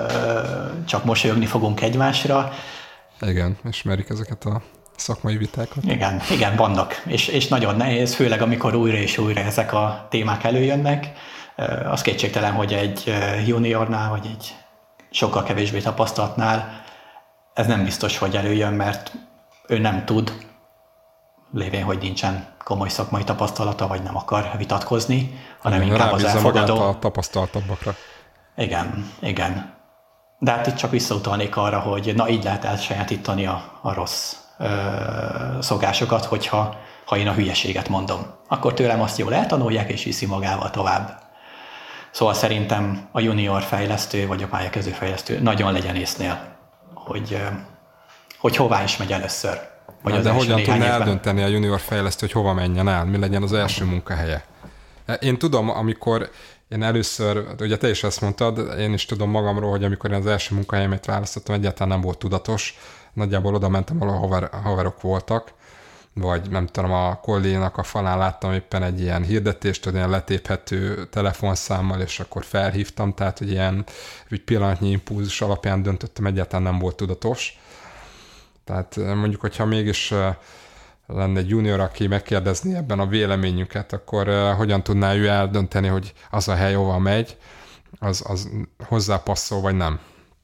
uh, csak mosolyogni fogunk egymásra. Igen, ismerik ezeket a szakmai vitákat. Igen, igen, vannak, és, és nagyon nehéz, főleg amikor újra és újra ezek a témák előjönnek. Uh, az kétségtelen, hogy egy juniornál, vagy egy sokkal kevésbé tapasztaltnál ez nem biztos, hogy előjön, mert ő nem tud, lévén, hogy nincsen komoly szakmai tapasztalata, vagy nem akar vitatkozni, hanem igen, inkább az elfogadó. A tapasztaltabbakra. Igen, igen. De hát itt csak visszautalnék arra, hogy na így lehet elsajátítani a, a rossz ö, szokásokat, hogyha ha én a hülyeséget mondom. Akkor tőlem azt jól eltanulják, és viszi magával tovább. Szóval szerintem a junior fejlesztő, vagy a pályakezdő fejlesztő nagyon legyen észnél, hogy, hogy hová is megy először. Na, de hogyan tudna eldönteni a junior fejlesztő, hogy hova menjen el, mi legyen az első munkahelye? Én tudom, amikor én először, ugye te is ezt mondtad, én is tudom magamról, hogy amikor én az első munkahelyemet választottam, egyáltalán nem volt tudatos. Nagyjából oda mentem, ahol haver, haverok voltak, vagy nem tudom, a kolléginak a falán láttam éppen egy ilyen hirdetést, hogy ilyen letéphető telefonszámmal, és akkor felhívtam, tehát hogy ilyen hogy pillanatnyi impulzus alapján döntöttem, egyáltalán nem volt tudatos. Tehát mondjuk, hogyha mégis lenne egy junior, aki megkérdezni ebben a véleményünket, akkor uh, hogyan tudná ő eldönteni, hogy az a hely, hova megy, az, az hozzápasszol, vagy nem?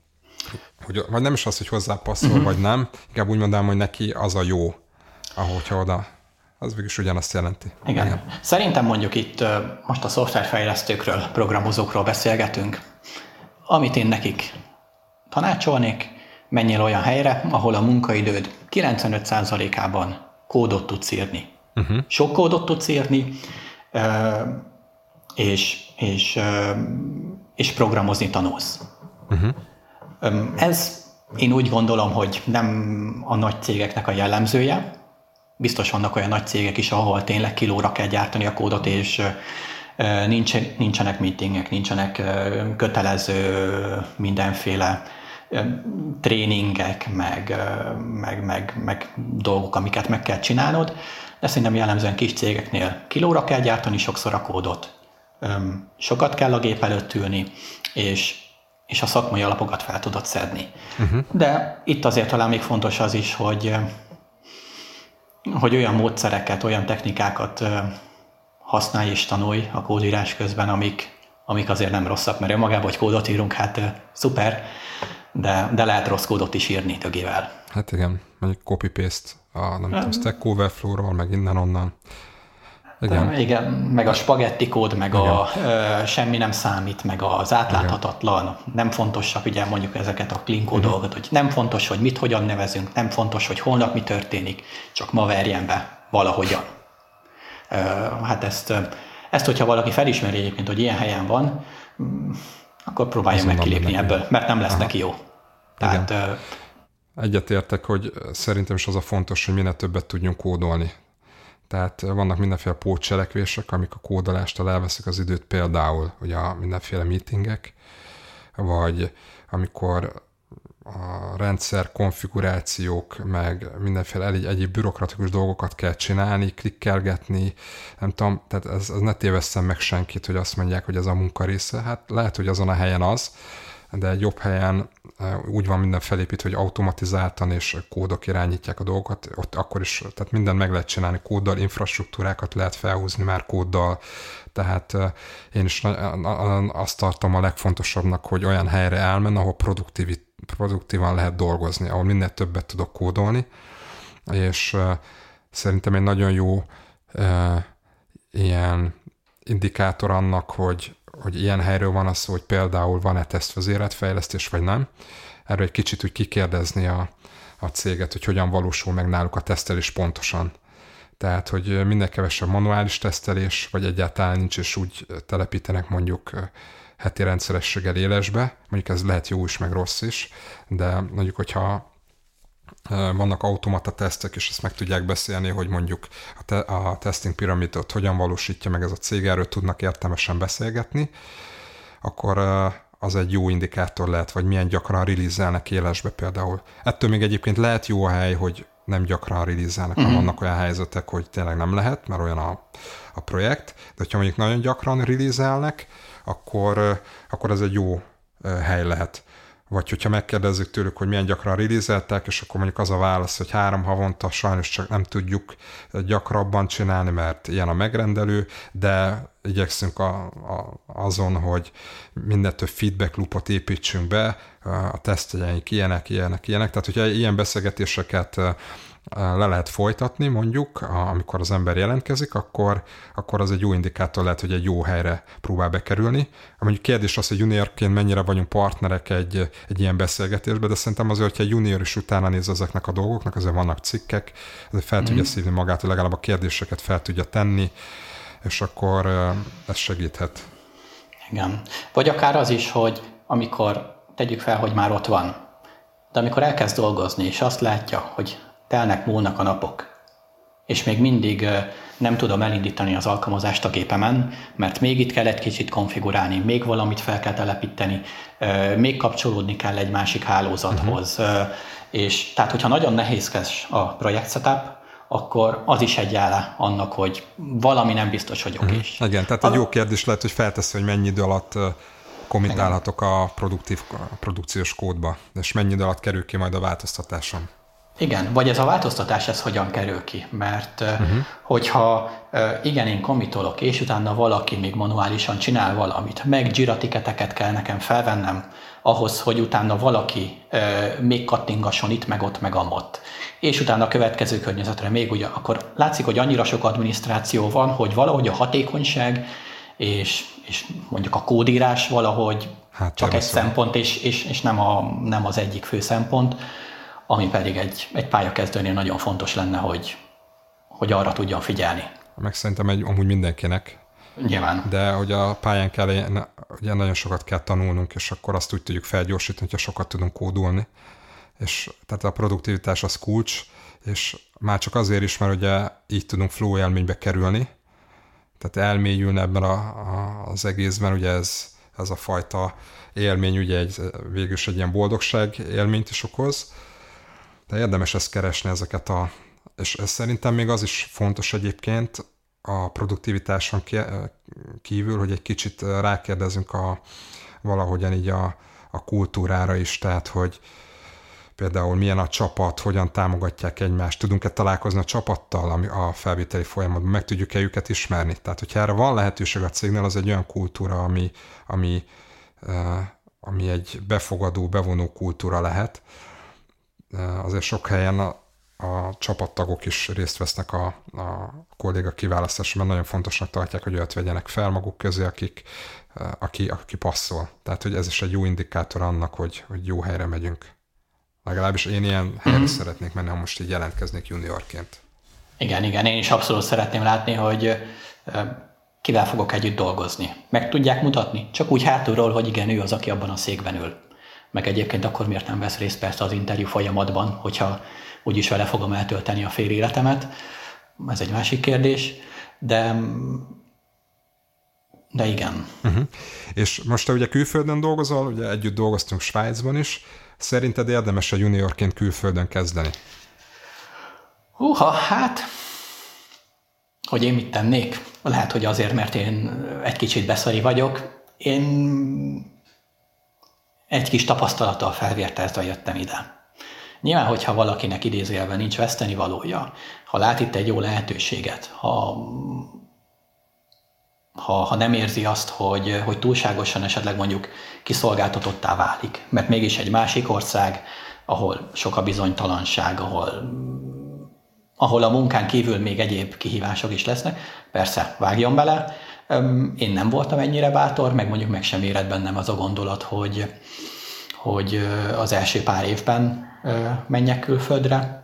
Hogy, vagy nem is az, hogy hozzápasszol, uh-huh. vagy nem, inkább úgy mondanám, hogy neki az a jó, ahogyha oda, az végül is ugyanazt jelenti. Igen. Igen. Szerintem mondjuk itt uh, most a szoftverfejlesztőkről, programozókról beszélgetünk, amit én nekik tanácsolnék, menjél olyan helyre, ahol a munkaidőd kilencvenöt százalékában kódot tudsz írni. Uh-huh. Sok kódot tudsz írni, és, és, és programozni tanulsz. Uh-huh. Ez én úgy gondolom, hogy nem a nagy cégeknek a jellemzője. Biztos vannak olyan nagy cégek is, ahol tényleg kilóra kell gyártani a kódot, és nincsenek meetingek, nincsenek kötelező mindenféle tréningek, meg, meg, meg, meg dolgok, amiket meg kell csinálnod, de szerintem jellemzően kis cégeknél kilóra kell gyártani sokszor a kódot. Sokat kell a gép előtt ülni, és, és a szakmai alapokat fel tudod szedni. Uh-huh. De itt azért talán még fontos az is, hogy, hogy olyan módszereket, olyan technikákat használj és tanulj a kódírás közben, amik, amik azért nem rosszak, mert önmagában, hogy kódot írunk, hát szuper, De, de lehet rossz kódot is írni tögével. Hát igen, mondjuk copy-paste a nem tudom, Stack Overflow-ról, meg innen-onnan. Igen. igen, meg a spagetti kód, meg igen. a ö, semmi nem számít, meg az átláthatatlan, igen. nem fontosak, ugye mondjuk ezeket a clean code dolgot, hogy nem fontos, hogy mit hogyan nevezünk, nem fontos, hogy holnap mi történik, csak ma verjen be valahogyan. Ö, hát ezt, ezt, hogyha valaki felismeri egyébként, hogy ilyen helyen van, akkor próbálja meg kilépni ebből, mert nem lesz Aha. neki jó. Tehát, uh... Egyetértek, hogy szerintem is az a fontos, hogy minél többet tudjunk kódolni. Tehát vannak mindenféle pótcselekvések, amik a kódolástól elveszik az időt, például ugye a mindenféle meetingek, vagy amikor a rendszer konfigurációk, meg mindenféle egy, egyéb bürokratikus dolgokat kell csinálni, klikkelgetni, nem tudom, tehát ez, ez ne tévesszem meg senkit, hogy azt mondják, hogy ez a munka része. Hát lehet, hogy azon a helyen az, de egy jobb helyen úgy van minden felépítve, hogy automatizáltan és kódok irányítják a dolgokat, ott akkor is, tehát mindent meg lehet csinálni kóddal, infrastruktúrákat lehet felhúzni már kóddal, tehát én is azt tartom a legfontosabbnak, hogy olyan helyre elmen, ahol produktív, produktívan lehet dolgozni, ahol minél többet tudok kódolni, és szerintem egy nagyon jó ilyen indikátor annak, hogy, hogy ilyen helyről van az szó, hogy például van-e tesztvezérelt fejlesztés, vagy nem. Erről egy kicsit úgy kikérdezni a, a céget, hogy hogyan valósul meg náluk a tesztelés pontosan. Tehát, hogy minél kevesebb manuális tesztelés, vagy egyáltalán nincs, és úgy telepítenek mondjuk heti rendszerességgel élesbe. Mondjuk ez lehet jó is, meg rossz is, de mondjuk, hogyha vannak automata tesztek, és ezt meg tudják beszélni, hogy mondjuk a, te- a testing piramidot hogyan valósítja meg ez a cég, erről tudnak értelmesen beszélgetni, akkor az egy jó indikátor lehet, vagy milyen gyakran release-elnek élesbe például. Ettől még egyébként lehet jó a hely, hogy nem gyakran release-elnek, mm-hmm. vannak olyan helyzetek, hogy tényleg nem lehet, mert olyan a, a projekt, de hogyha mondjuk nagyon gyakran release-elnek, akkor, akkor ez egy jó hely lehet. Vagy hogyha megkérdezzük tőlük, hogy milyen gyakran release-eltek, és akkor mondjuk az a válasz, hogy három havonta sajnos csak nem tudjuk gyakrabban csinálni, mert ilyen a megrendelő, de igyekszünk a, a, azon, hogy minden több feedback loopot építsünk be, a tesztjeink ilyenek, ilyenek, ilyenek. Tehát, hogyha ilyen beszélgetéseket le lehet folytatni, mondjuk, amikor az ember jelentkezik, akkor, akkor az egy jó indikátor lehet, hogy egy jó helyre próbál bekerülni. Mondjuk kérdés az, hogy juniorként mennyire vagyunk partnerek egy, egy ilyen beszélgetésben, de szerintem azért, hogyha egy junior is utána néz ezeknek a dolgoknak, azért vannak cikkek, azért fel mm. tudja szívni magát, hogy legalább a kérdéseket fel tudja tenni, és akkor ez segíthet. Igen. Vagy akár az is, hogy amikor tegyük fel, hogy már ott van, de amikor elkezd dolgozni, és azt látja, hogy telnek, múlnak a napok, és még mindig nem tudom elindítani az alkalmazást a gépemen, mert még itt kell egy kicsit konfigurálni, még valamit fel kell telepíteni, még kapcsolódni kell egy másik hálózathoz. Uh-huh. És tehát, hogyha nagyon nehézkes a projekt setup, akkor az is egy jele annak, hogy valami nem biztos vagyok uh-huh. is. Igen, tehát egy jó kérdés lehet, hogy feltesz, hogy mennyi idő alatt kommentálhatok a produktív a produkciós kódba, és mennyi idő alatt kerül ki majd a változtatásom. Igen, vagy ez a változtatás, ez hogyan kerül ki, mert uh-huh. hogyha igen, én commitolok, és utána valaki még manuálisan csinál valamit, meg Jira ticketeket kell nekem felvennem, ahhoz, hogy utána valaki még kattingasson itt, meg ott, meg amott, és utána a következő környezetre még ugye, akkor látszik, hogy annyira sok adminisztráció van, hogy valahogy a hatékonyság és, és mondjuk a kódírás valahogy hát, csak egy szóval. szempont, és, és, és nem, a, nem az egyik fő szempont, ami pedig egy, egy pályakezdőnél nagyon fontos lenne, hogy, hogy arra tudjon figyelni. Meg szerintem egy, amúgy mindenkinek. Nyilván. De hogy a pályán kell, ugye nagyon sokat kell tanulnunk, és akkor azt úgy tudjuk felgyorsítani, hogyha sokat tudunk kódolni. És tehát a produktivitás az kulcs, és már csak azért is, mert ugye így tudunk flow élménybe kerülni, tehát elmélyülni ebben a, a, az egészben, ugye ez, ez a fajta élmény ugye egy, végül is egy ilyen boldogság élményt is okoz, de érdemes ezt keresni, ezeket a... És ez szerintem még az is fontos egyébként a produktivitáson kívül, hogy egy kicsit rákérdezünk a, valahogyan így a, a kultúrára is, tehát hogy például milyen a csapat, hogyan támogatják egymást, tudunk-e találkozni a csapattal ami a felvételi folyamatban, meg tudjuk-e őket ismerni. Tehát, hogyha erre van lehetőség a cégnél, az egy olyan kultúra, ami, ami, ami egy befogadó, bevonó kultúra lehet. Azért sok helyen a, a csapattagok is részt vesznek a, a kolléga kiválasztásában, nagyon fontosnak tartják, hogy olyat vegyenek fel maguk közé, akik, aki, aki passzol. Tehát, hogy ez is egy jó indikátor annak, hogy, hogy jó helyre megyünk. Legalábbis én ilyen helyre mm-hmm. szeretnék menni, ha most így jelentkeznék juniorként. Igen, igen, én is abszolút szeretném látni, hogy kivel fogok együtt dolgozni. Meg tudják mutatni? Csak úgy hátulról, hogy igen, ő az, aki abban a székben ül. Meg egyébként akkor miért nem vesz részt persze az interjú folyamatban, hogyha úgyis vele fogom eltölteni a fél életemet. Ez egy másik kérdés, de, de igen. Uh-huh. És most te ugye külföldön dolgozol, ugye együtt dolgoztunk Svájcban is. Szerinted érdemes a juniorként külföldön kezdeni? Húha, hát, hogy én mit tennék? Lehet, hogy azért, mert én egy kicsit beszari vagyok. Én, egy kis tapasztalattal felvértezve jöttem ide. Nyilván, hogyha valakinek idézőjelben nincs vesztenivalója, ha lát itt egy jó lehetőséget, ha, ha, ha nem érzi azt, hogy, hogy túlságosan esetleg mondjuk kiszolgáltatottá válik, mert mégis egy másik ország, ahol sok a bizonytalanság, ahol, ahol a munkán kívül még egyéb kihívások is lesznek, persze vágjon bele. Én nem voltam ennyire bátor, meg mondjuk meg sem érett bennem az a gondolat, hogy, hogy az első pár évben menjek külföldre.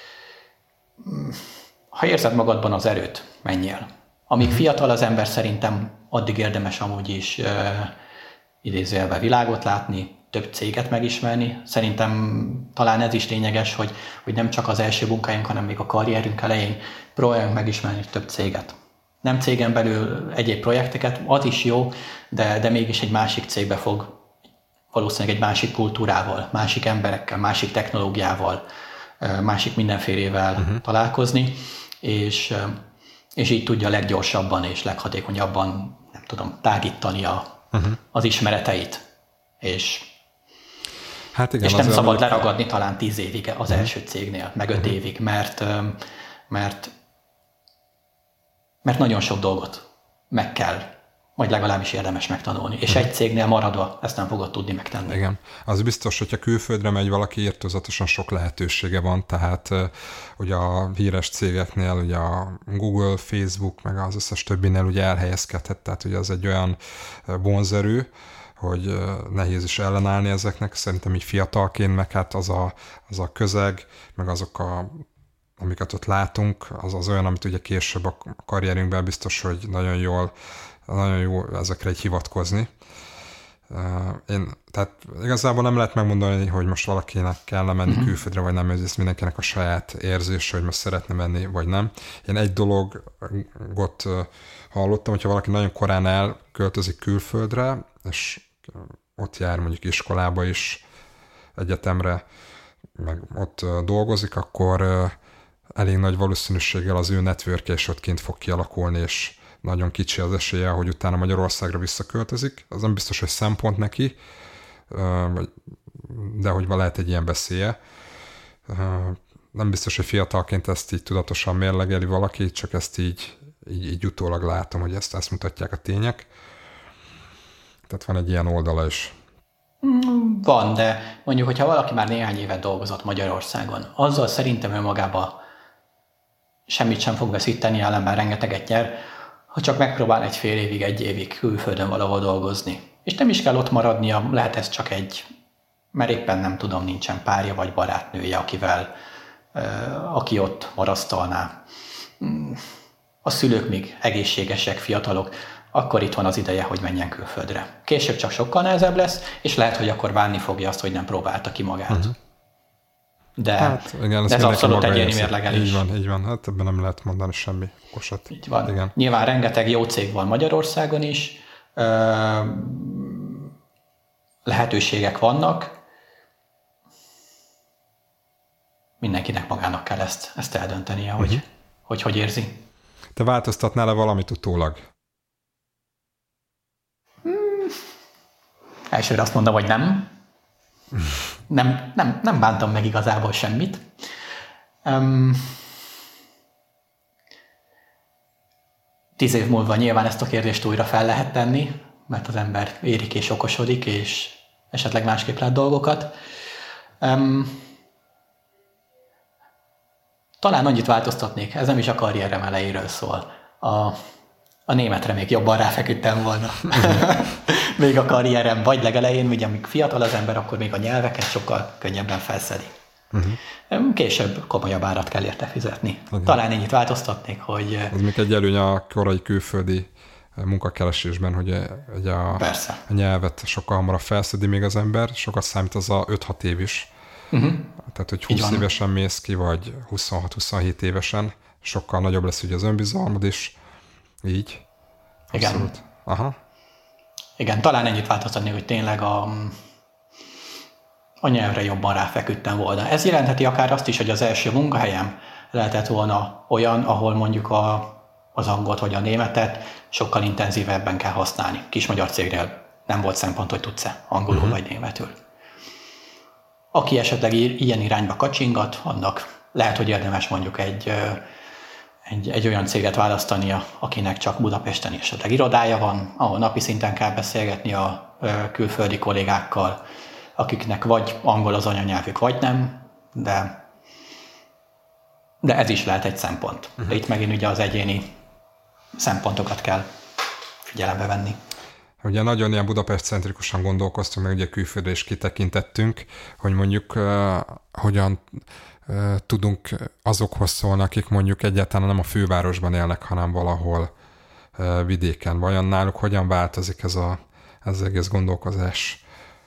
Ha érzed magadban az erőt, menjél. Amíg fiatal az ember, szerintem addig érdemes amúgy is uh, idézőjelbe világot látni, több céget megismerni. Szerintem talán ez is lényeges, hogy, hogy nem csak az első munkáink, hanem még a karrierünk elején próbáljunk megismerni több céget. Nem cégen belül egyéb projekteket, az is jó, de, de mégis egy másik cégbe fog valószínűleg egy másik kultúrával, másik emberekkel, másik technológiával, másik mindenfélével uh-huh. találkozni, és, és így tudja leggyorsabban és leghatékonyabban, nem tudom, tágítani a, uh-huh. az ismereteit. És, hát igen, és nem szabad ember... leragadni talán tíz évig az uh-huh. első cégnél, meg öt uh-huh. évig, mert, mert, mert nagyon sok dolgot meg kell, vagy legalábbis érdemes megtanulni. És egy cégnél maradva ezt nem fogod tudni megtenni. Igen. Az biztos, hogyha külföldre megy valaki, irtózatosan sok lehetősége van, tehát ugye a híres cégeknél, ugye a Google, Facebook, meg az összes többinél ugye elhelyezkedhet, tehát ugye az egy olyan vonzerő, hogy nehéz is ellenállni ezeknek. Szerintem így fiatalként, meg hát az a, az a közeg, meg azok a amiket ott látunk, az az olyan, amit ugye később a karrierünkben biztos, hogy nagyon jól nagyon jó ezekre egy hivatkozni. Én, tehát igazából nem lehet megmondani, hogy most valakinek kell menni uh-huh. külföldre, vagy nem, ez mindenkinek a saját érzése, hogy most szeretne menni, vagy nem. Én egy dologot hallottam, hogyha valaki nagyon korán elköltözik külföldre, és ott jár mondjuk iskolába is, egyetemre, meg ott dolgozik, akkor elég nagy valószínűséggel az ő networkje is ott kint fog kialakulni, és nagyon kicsi az esélye, hogy utána Magyarországra visszaköltözik. Az nem biztos, hogy szempont neki, de hogy lehet egy ilyen veszélye. Nem biztos, hogy fiatalként ezt így tudatosan mérlegeli valaki, csak ezt így, így, így utólag látom, hogy ezt, ezt mutatják a tények. Tehát van egy ilyen oldala is. Van, de mondjuk, hogyha valaki már néhány évet dolgozott Magyarországon, azzal szerintem önmagában semmit sem fog veszíteni, ellenben rengeteget nyer, ha csak megpróbál egy fél évig, egy évig külföldön valahol dolgozni. És nem is kell ott maradnia, lehet ez csak egy, mert éppen nem tudom, nincsen párja vagy barátnője, akivel, aki ott marasztalná. A szülők még egészségesek, fiatalok, akkor itt van az ideje, hogy menjen külföldre. Később csak sokkal nehezebb lesz, és lehet, hogy akkor bánni fogja azt, hogy nem próbálta ki magát. Uh-huh. De, hát, igen, de ez abszolút egyéni mérlegelés. Így van, így van. Hát ebben nem lehet mondani semmi okosat. Így van. Igen. Nyilván rengeteg jó cég van Magyarországon is, ö, lehetőségek vannak. Mindenkinek magának kell ezt, ezt eldöntenie, hogy, uh-huh. hogy hogy érzi. Te változtatnál-e valamit utólag? Hmm. Elsőre azt mondom, hogy nem. Nem, nem, nem bántam meg igazából semmit. Um, tíz év múlva nyilván ezt a kérdést újra fel lehet tenni, mert az ember érik és okosodik, és esetleg másképp lát dolgokat. Um, talán annyit változtatnék, ez nem is a karrierem elejéről szól. A, a németre még jobban ráfeküdtem volna. Még a karrierem vagy legelején, ugye amíg fiatal az ember, akkor még a nyelveket sokkal könnyebben felszedi. Uh-huh. Később komolyabb árat kell érte fizetni. Okay. Talán ennyit változtatnék, hogy... Ez még egy előny a korai külföldi munkakeresésben, hogy a, a nyelvet sokkal hamarabb felszedi még az ember, sokat számít az a öt-hat év is. Uh-huh. Tehát, hogy húsz évesen mész ki, vagy huszonhat-huszonhét évesen, sokkal nagyobb lesz ugye az önbizalmad is. Így. Abszolút. Igen. Aha. Igen, talán ennyit változtatni, hogy tényleg a, a nyelvre jobban ráfeküdtem volna. Ez jelentheti akár azt is, hogy az első munkahelyem lehetett volna olyan, ahol mondjuk a, az angolt vagy a németet sokkal intenzívebben kell használni. Kis magyar cégnél nem volt szempont, hogy tudsz-e angolul uh-huh. vagy németül. Aki esetleg ilyen irányba kacsingat, annak lehet, hogy érdemes mondjuk egy, egy, egy olyan céget választania, akinek csak Budapesten esetleg irodája van, ahol napi szinten kell beszélgetni a külföldi kollégákkal, akiknek vagy angol az anyanyelvük, vagy nem, de, de ez is lehet egy szempont. Uh-huh. De itt megint ugye az egyéni szempontokat kell figyelembe venni. Ugye nagyon ilyen Budapest-centrikusan gondolkoztunk, meg ugye külföldre is kitekintettünk, hogy mondjuk uh, hogyan uh, tudunk azokhoz szólni, akik mondjuk egyáltalán nem a fővárosban élnek, hanem valahol uh, vidéken. Vajon náluk hogyan változik ez, a, ez az egész gondolkozás?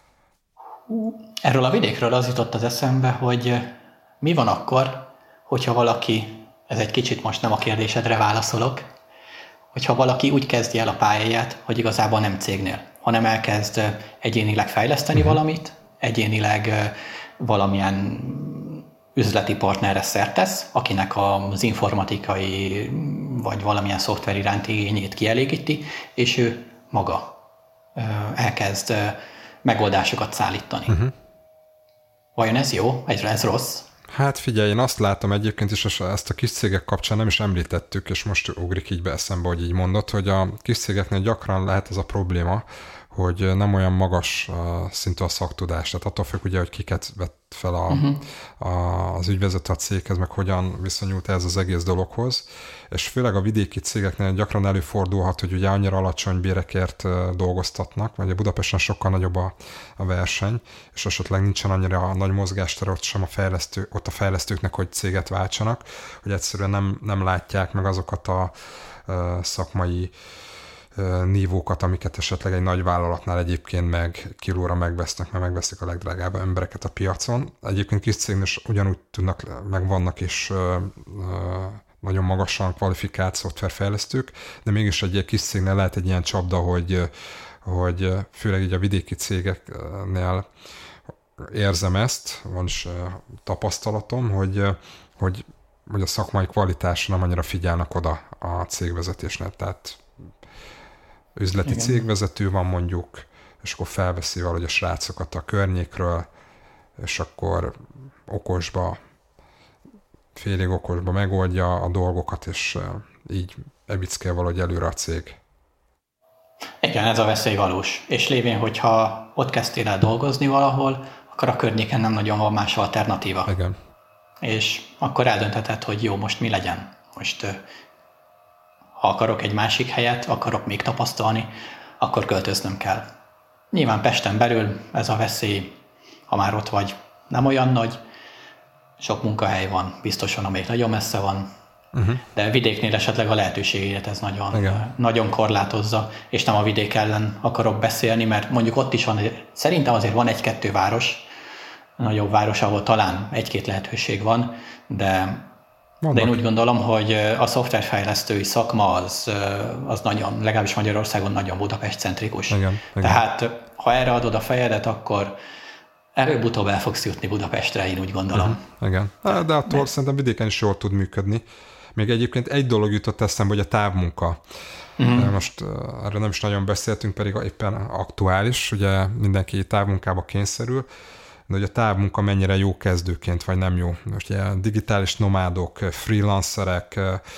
Erről a vidékről az jutott az eszembe, hogy mi van akkor, hogyha valaki, ez egy kicsit most nem a kérdésedre válaszolok, hogyha valaki úgy kezdi el a pályáját, hogy igazából nem cégnél, hanem elkezd egyénileg fejleszteni uh-huh. valamit, egyénileg valamilyen üzleti partnerre szert tesz, akinek az informatikai vagy valamilyen szoftver iránti igényét kielégíti, és ő maga elkezd megoldásokat szállítani. Uh-huh. Vajon ez jó? Ez rossz? Hát figyelj, én azt látom egyébként is, ezt a kis cégek kapcsán nem is említettük, és most ugrik így be eszembe, hogy így mondod, hogy a kis cégeknél gyakran lehet ez a probléma, hogy nem olyan magas uh, szintű a szaktudás. Tehát attól függ ugye, hogy kiket vett fel a, uh-huh. a, az ügyvezető a céghez, meg hogyan viszonyult ez az egész dologhoz. És főleg a vidéki cégeknél gyakran előfordulhat, hogy ugye annyira alacsony bérekért uh, dolgoztatnak, vagy a Budapesten sokkal nagyobb a, a verseny, és esetleg nincsen annyira nagy mozgástere ott sem a fejlesztő, ott a fejlesztőknek, hogy céget váltsanak, hogy egyszerűen nem, nem látják meg azokat a uh, szakmai nívókat, amiket esetleg egy nagy vállalatnál egyébként meg kilóra megvesznek, mert megveszik a legdrágább embereket a piacon. Egyébként kis cégnél ugyanúgy tudnak, meg vannak is ö, ö, nagyon magasan kvalifikált szoftverfejlesztők, de mégis egy ilyen kis cégnél lehet egy ilyen csapda, hogy, hogy főleg így a vidéki cégeknél érzem ezt, van is tapasztalatom, hogy, hogy, hogy a szakmai kvalitásra nem annyira figyelnek oda a cégvezetésnél, tehát üzleti Igen. cégvezető van mondjuk, és akkor felveszi valahogy a srácokat a környékről, és akkor okosba, félig okosba megoldja a dolgokat, és így ebickél valahogy előre a cég. Igen, ez a veszély valós. És lévén, hogyha ott kezdtél el dolgozni valahol, akkor a környéken nem nagyon van más alternatíva. Igen. És akkor eldöntheted, hogy jó, most mi legyen. Most ha akarok egy másik helyet, akarok még tapasztalni, akkor költöznöm kell. Nyilván Pesten belül ez a veszély, ha már ott vagy, nem olyan nagy, sok munkahely van, biztosan, amelyik nagyon messze van, uh-huh. de vidéknél esetleg a lehetőségét ez nagyon, nagyon korlátozza, és nem a vidék ellen akarok beszélni, mert mondjuk ott is van, szerintem azért van egy-kettő város, nagyobb város, ahol talán egy-két lehetőség van, de De én úgy gondolom, hogy a szoftverfejlesztői szakma az, az nagyon, legalábbis Magyarországon nagyon Budapest-centrikus. Igen, igen. Tehát ha erre adod a fejedet, akkor előbb-utóbb el fogsz jutni Budapestre, én úgy gondolom. Uh-huh, igen. De attól Mert... szerintem vidéken is jól tud működni. Még egyébként egy dolog jutott eszembe, hogy a távmunka. Uh-huh. Most erről nem is nagyon beszéltünk, pedig éppen aktuális, ugye mindenki távmunkába kényszerül, de hogy a távmunka mennyire jó kezdőként, vagy nem jó. Most ugye digitális nomádok, freelancerek.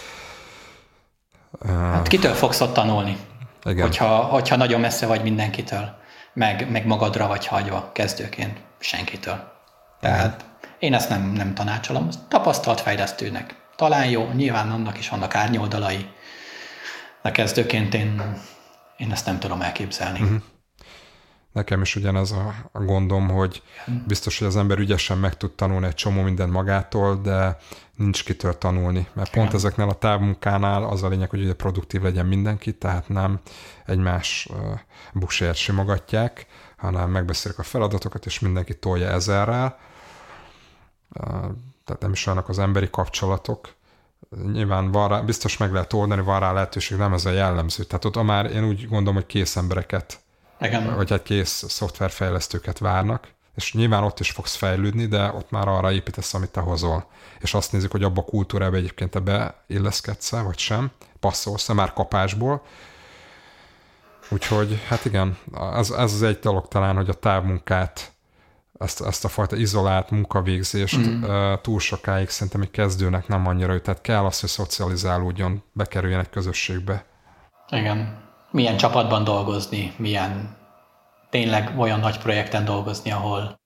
Hát kitől fogsz ott tanulni? Igen. Hogyha, hogyha nagyon messze vagy mindenkitől, meg, meg magadra vagy hagyva kezdőként, senkitől. Tehát Igen. én ezt nem, nem tanácsolom. Tapasztalt fejlesztőnek talán jó, nyilván annak is vannak árnyoldalai, de kezdőként én, én ezt nem tudom elképzelni. Uh-huh. Nekem is ugyanaz a gondom, hogy biztos, hogy az ember ügyesen meg tud tanulni egy csomó mindent magától, de nincs kitől tanulni. Mert pont Igen. ezeknél a távmunkánál az a lényeg, hogy ugye produktív legyen mindenki, tehát nem egymás busért simogatják, hanem megbeszélik a feladatokat, és mindenki tolja ezerrel. Tehát nem is olyanak az emberi kapcsolatok. Nyilván van rá, biztos meg lehet oldani, van rá lehetőség, nem ez a jellemző. Tehát ott már én úgy gondolom, hogy kész embereket Igen. vagy egy kész szoftverfejlesztőket várnak, és nyilván ott is fogsz fejlődni, de ott már arra építesz, amit te hozol. És azt nézzük, hogy abba a kultúrába egyébként te beilleszkedsz, vagy sem, passzolsz már kapásból. Úgyhogy, hát igen, ez, ez az egy dolog talán, hogy a távmunkát, ezt, ezt a fajta izolált munkavégzést mm. túl sokáig szerintem egy kezdőnek nem annyira, tehát kell az, hogy szocializálódjon, bekerüljen egy közösségbe. Igen. Milyen csapatban dolgozni, milyen tényleg olyan nagy projekten dolgozni, ahol,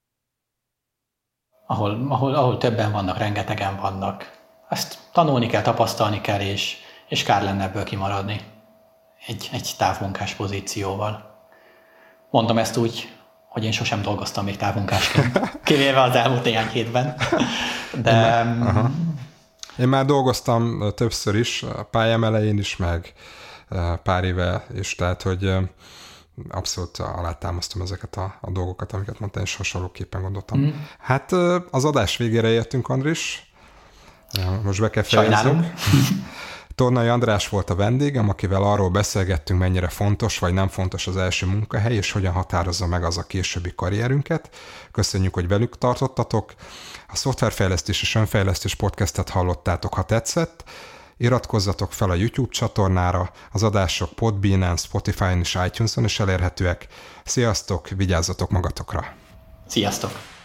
ahol, ahol, ahol többen vannak, rengetegen vannak. Ezt tanulni kell, tapasztalni kell, és, és kár lenne ebből kimaradni egy, egy távmunkás pozícióval. Mondom ezt úgy, hogy én sosem dolgoztam még távmunkásként, kivéve az elmúlt néhány hétben. De... Én már, én már dolgoztam többször is, a pályám elején is, meg pár éve is, tehát hogy abszolút alátámasztom ezeket a, a dolgokat, amiket mondtam, és hasonlóképpen gondoltam. Mm. Hát az adás végére értünk, Andris. Most be kell fejezzük. Tornai András volt a vendégem, akivel arról beszélgettünk, mennyire fontos vagy nem fontos az első munkahely, és hogyan határozza meg az a későbbi karrierünket. Köszönjük, hogy velük tartottatok. A Szoftverfejlesztés és Önfejlesztés podcastet hallottátok, ha tetszett. Iratkozzatok fel a YouTube csatornára, az adások Podbeanen, Spotify-on és iTunes-on is elérhetőek. Sziasztok, vigyázzatok magatokra! Sziasztok!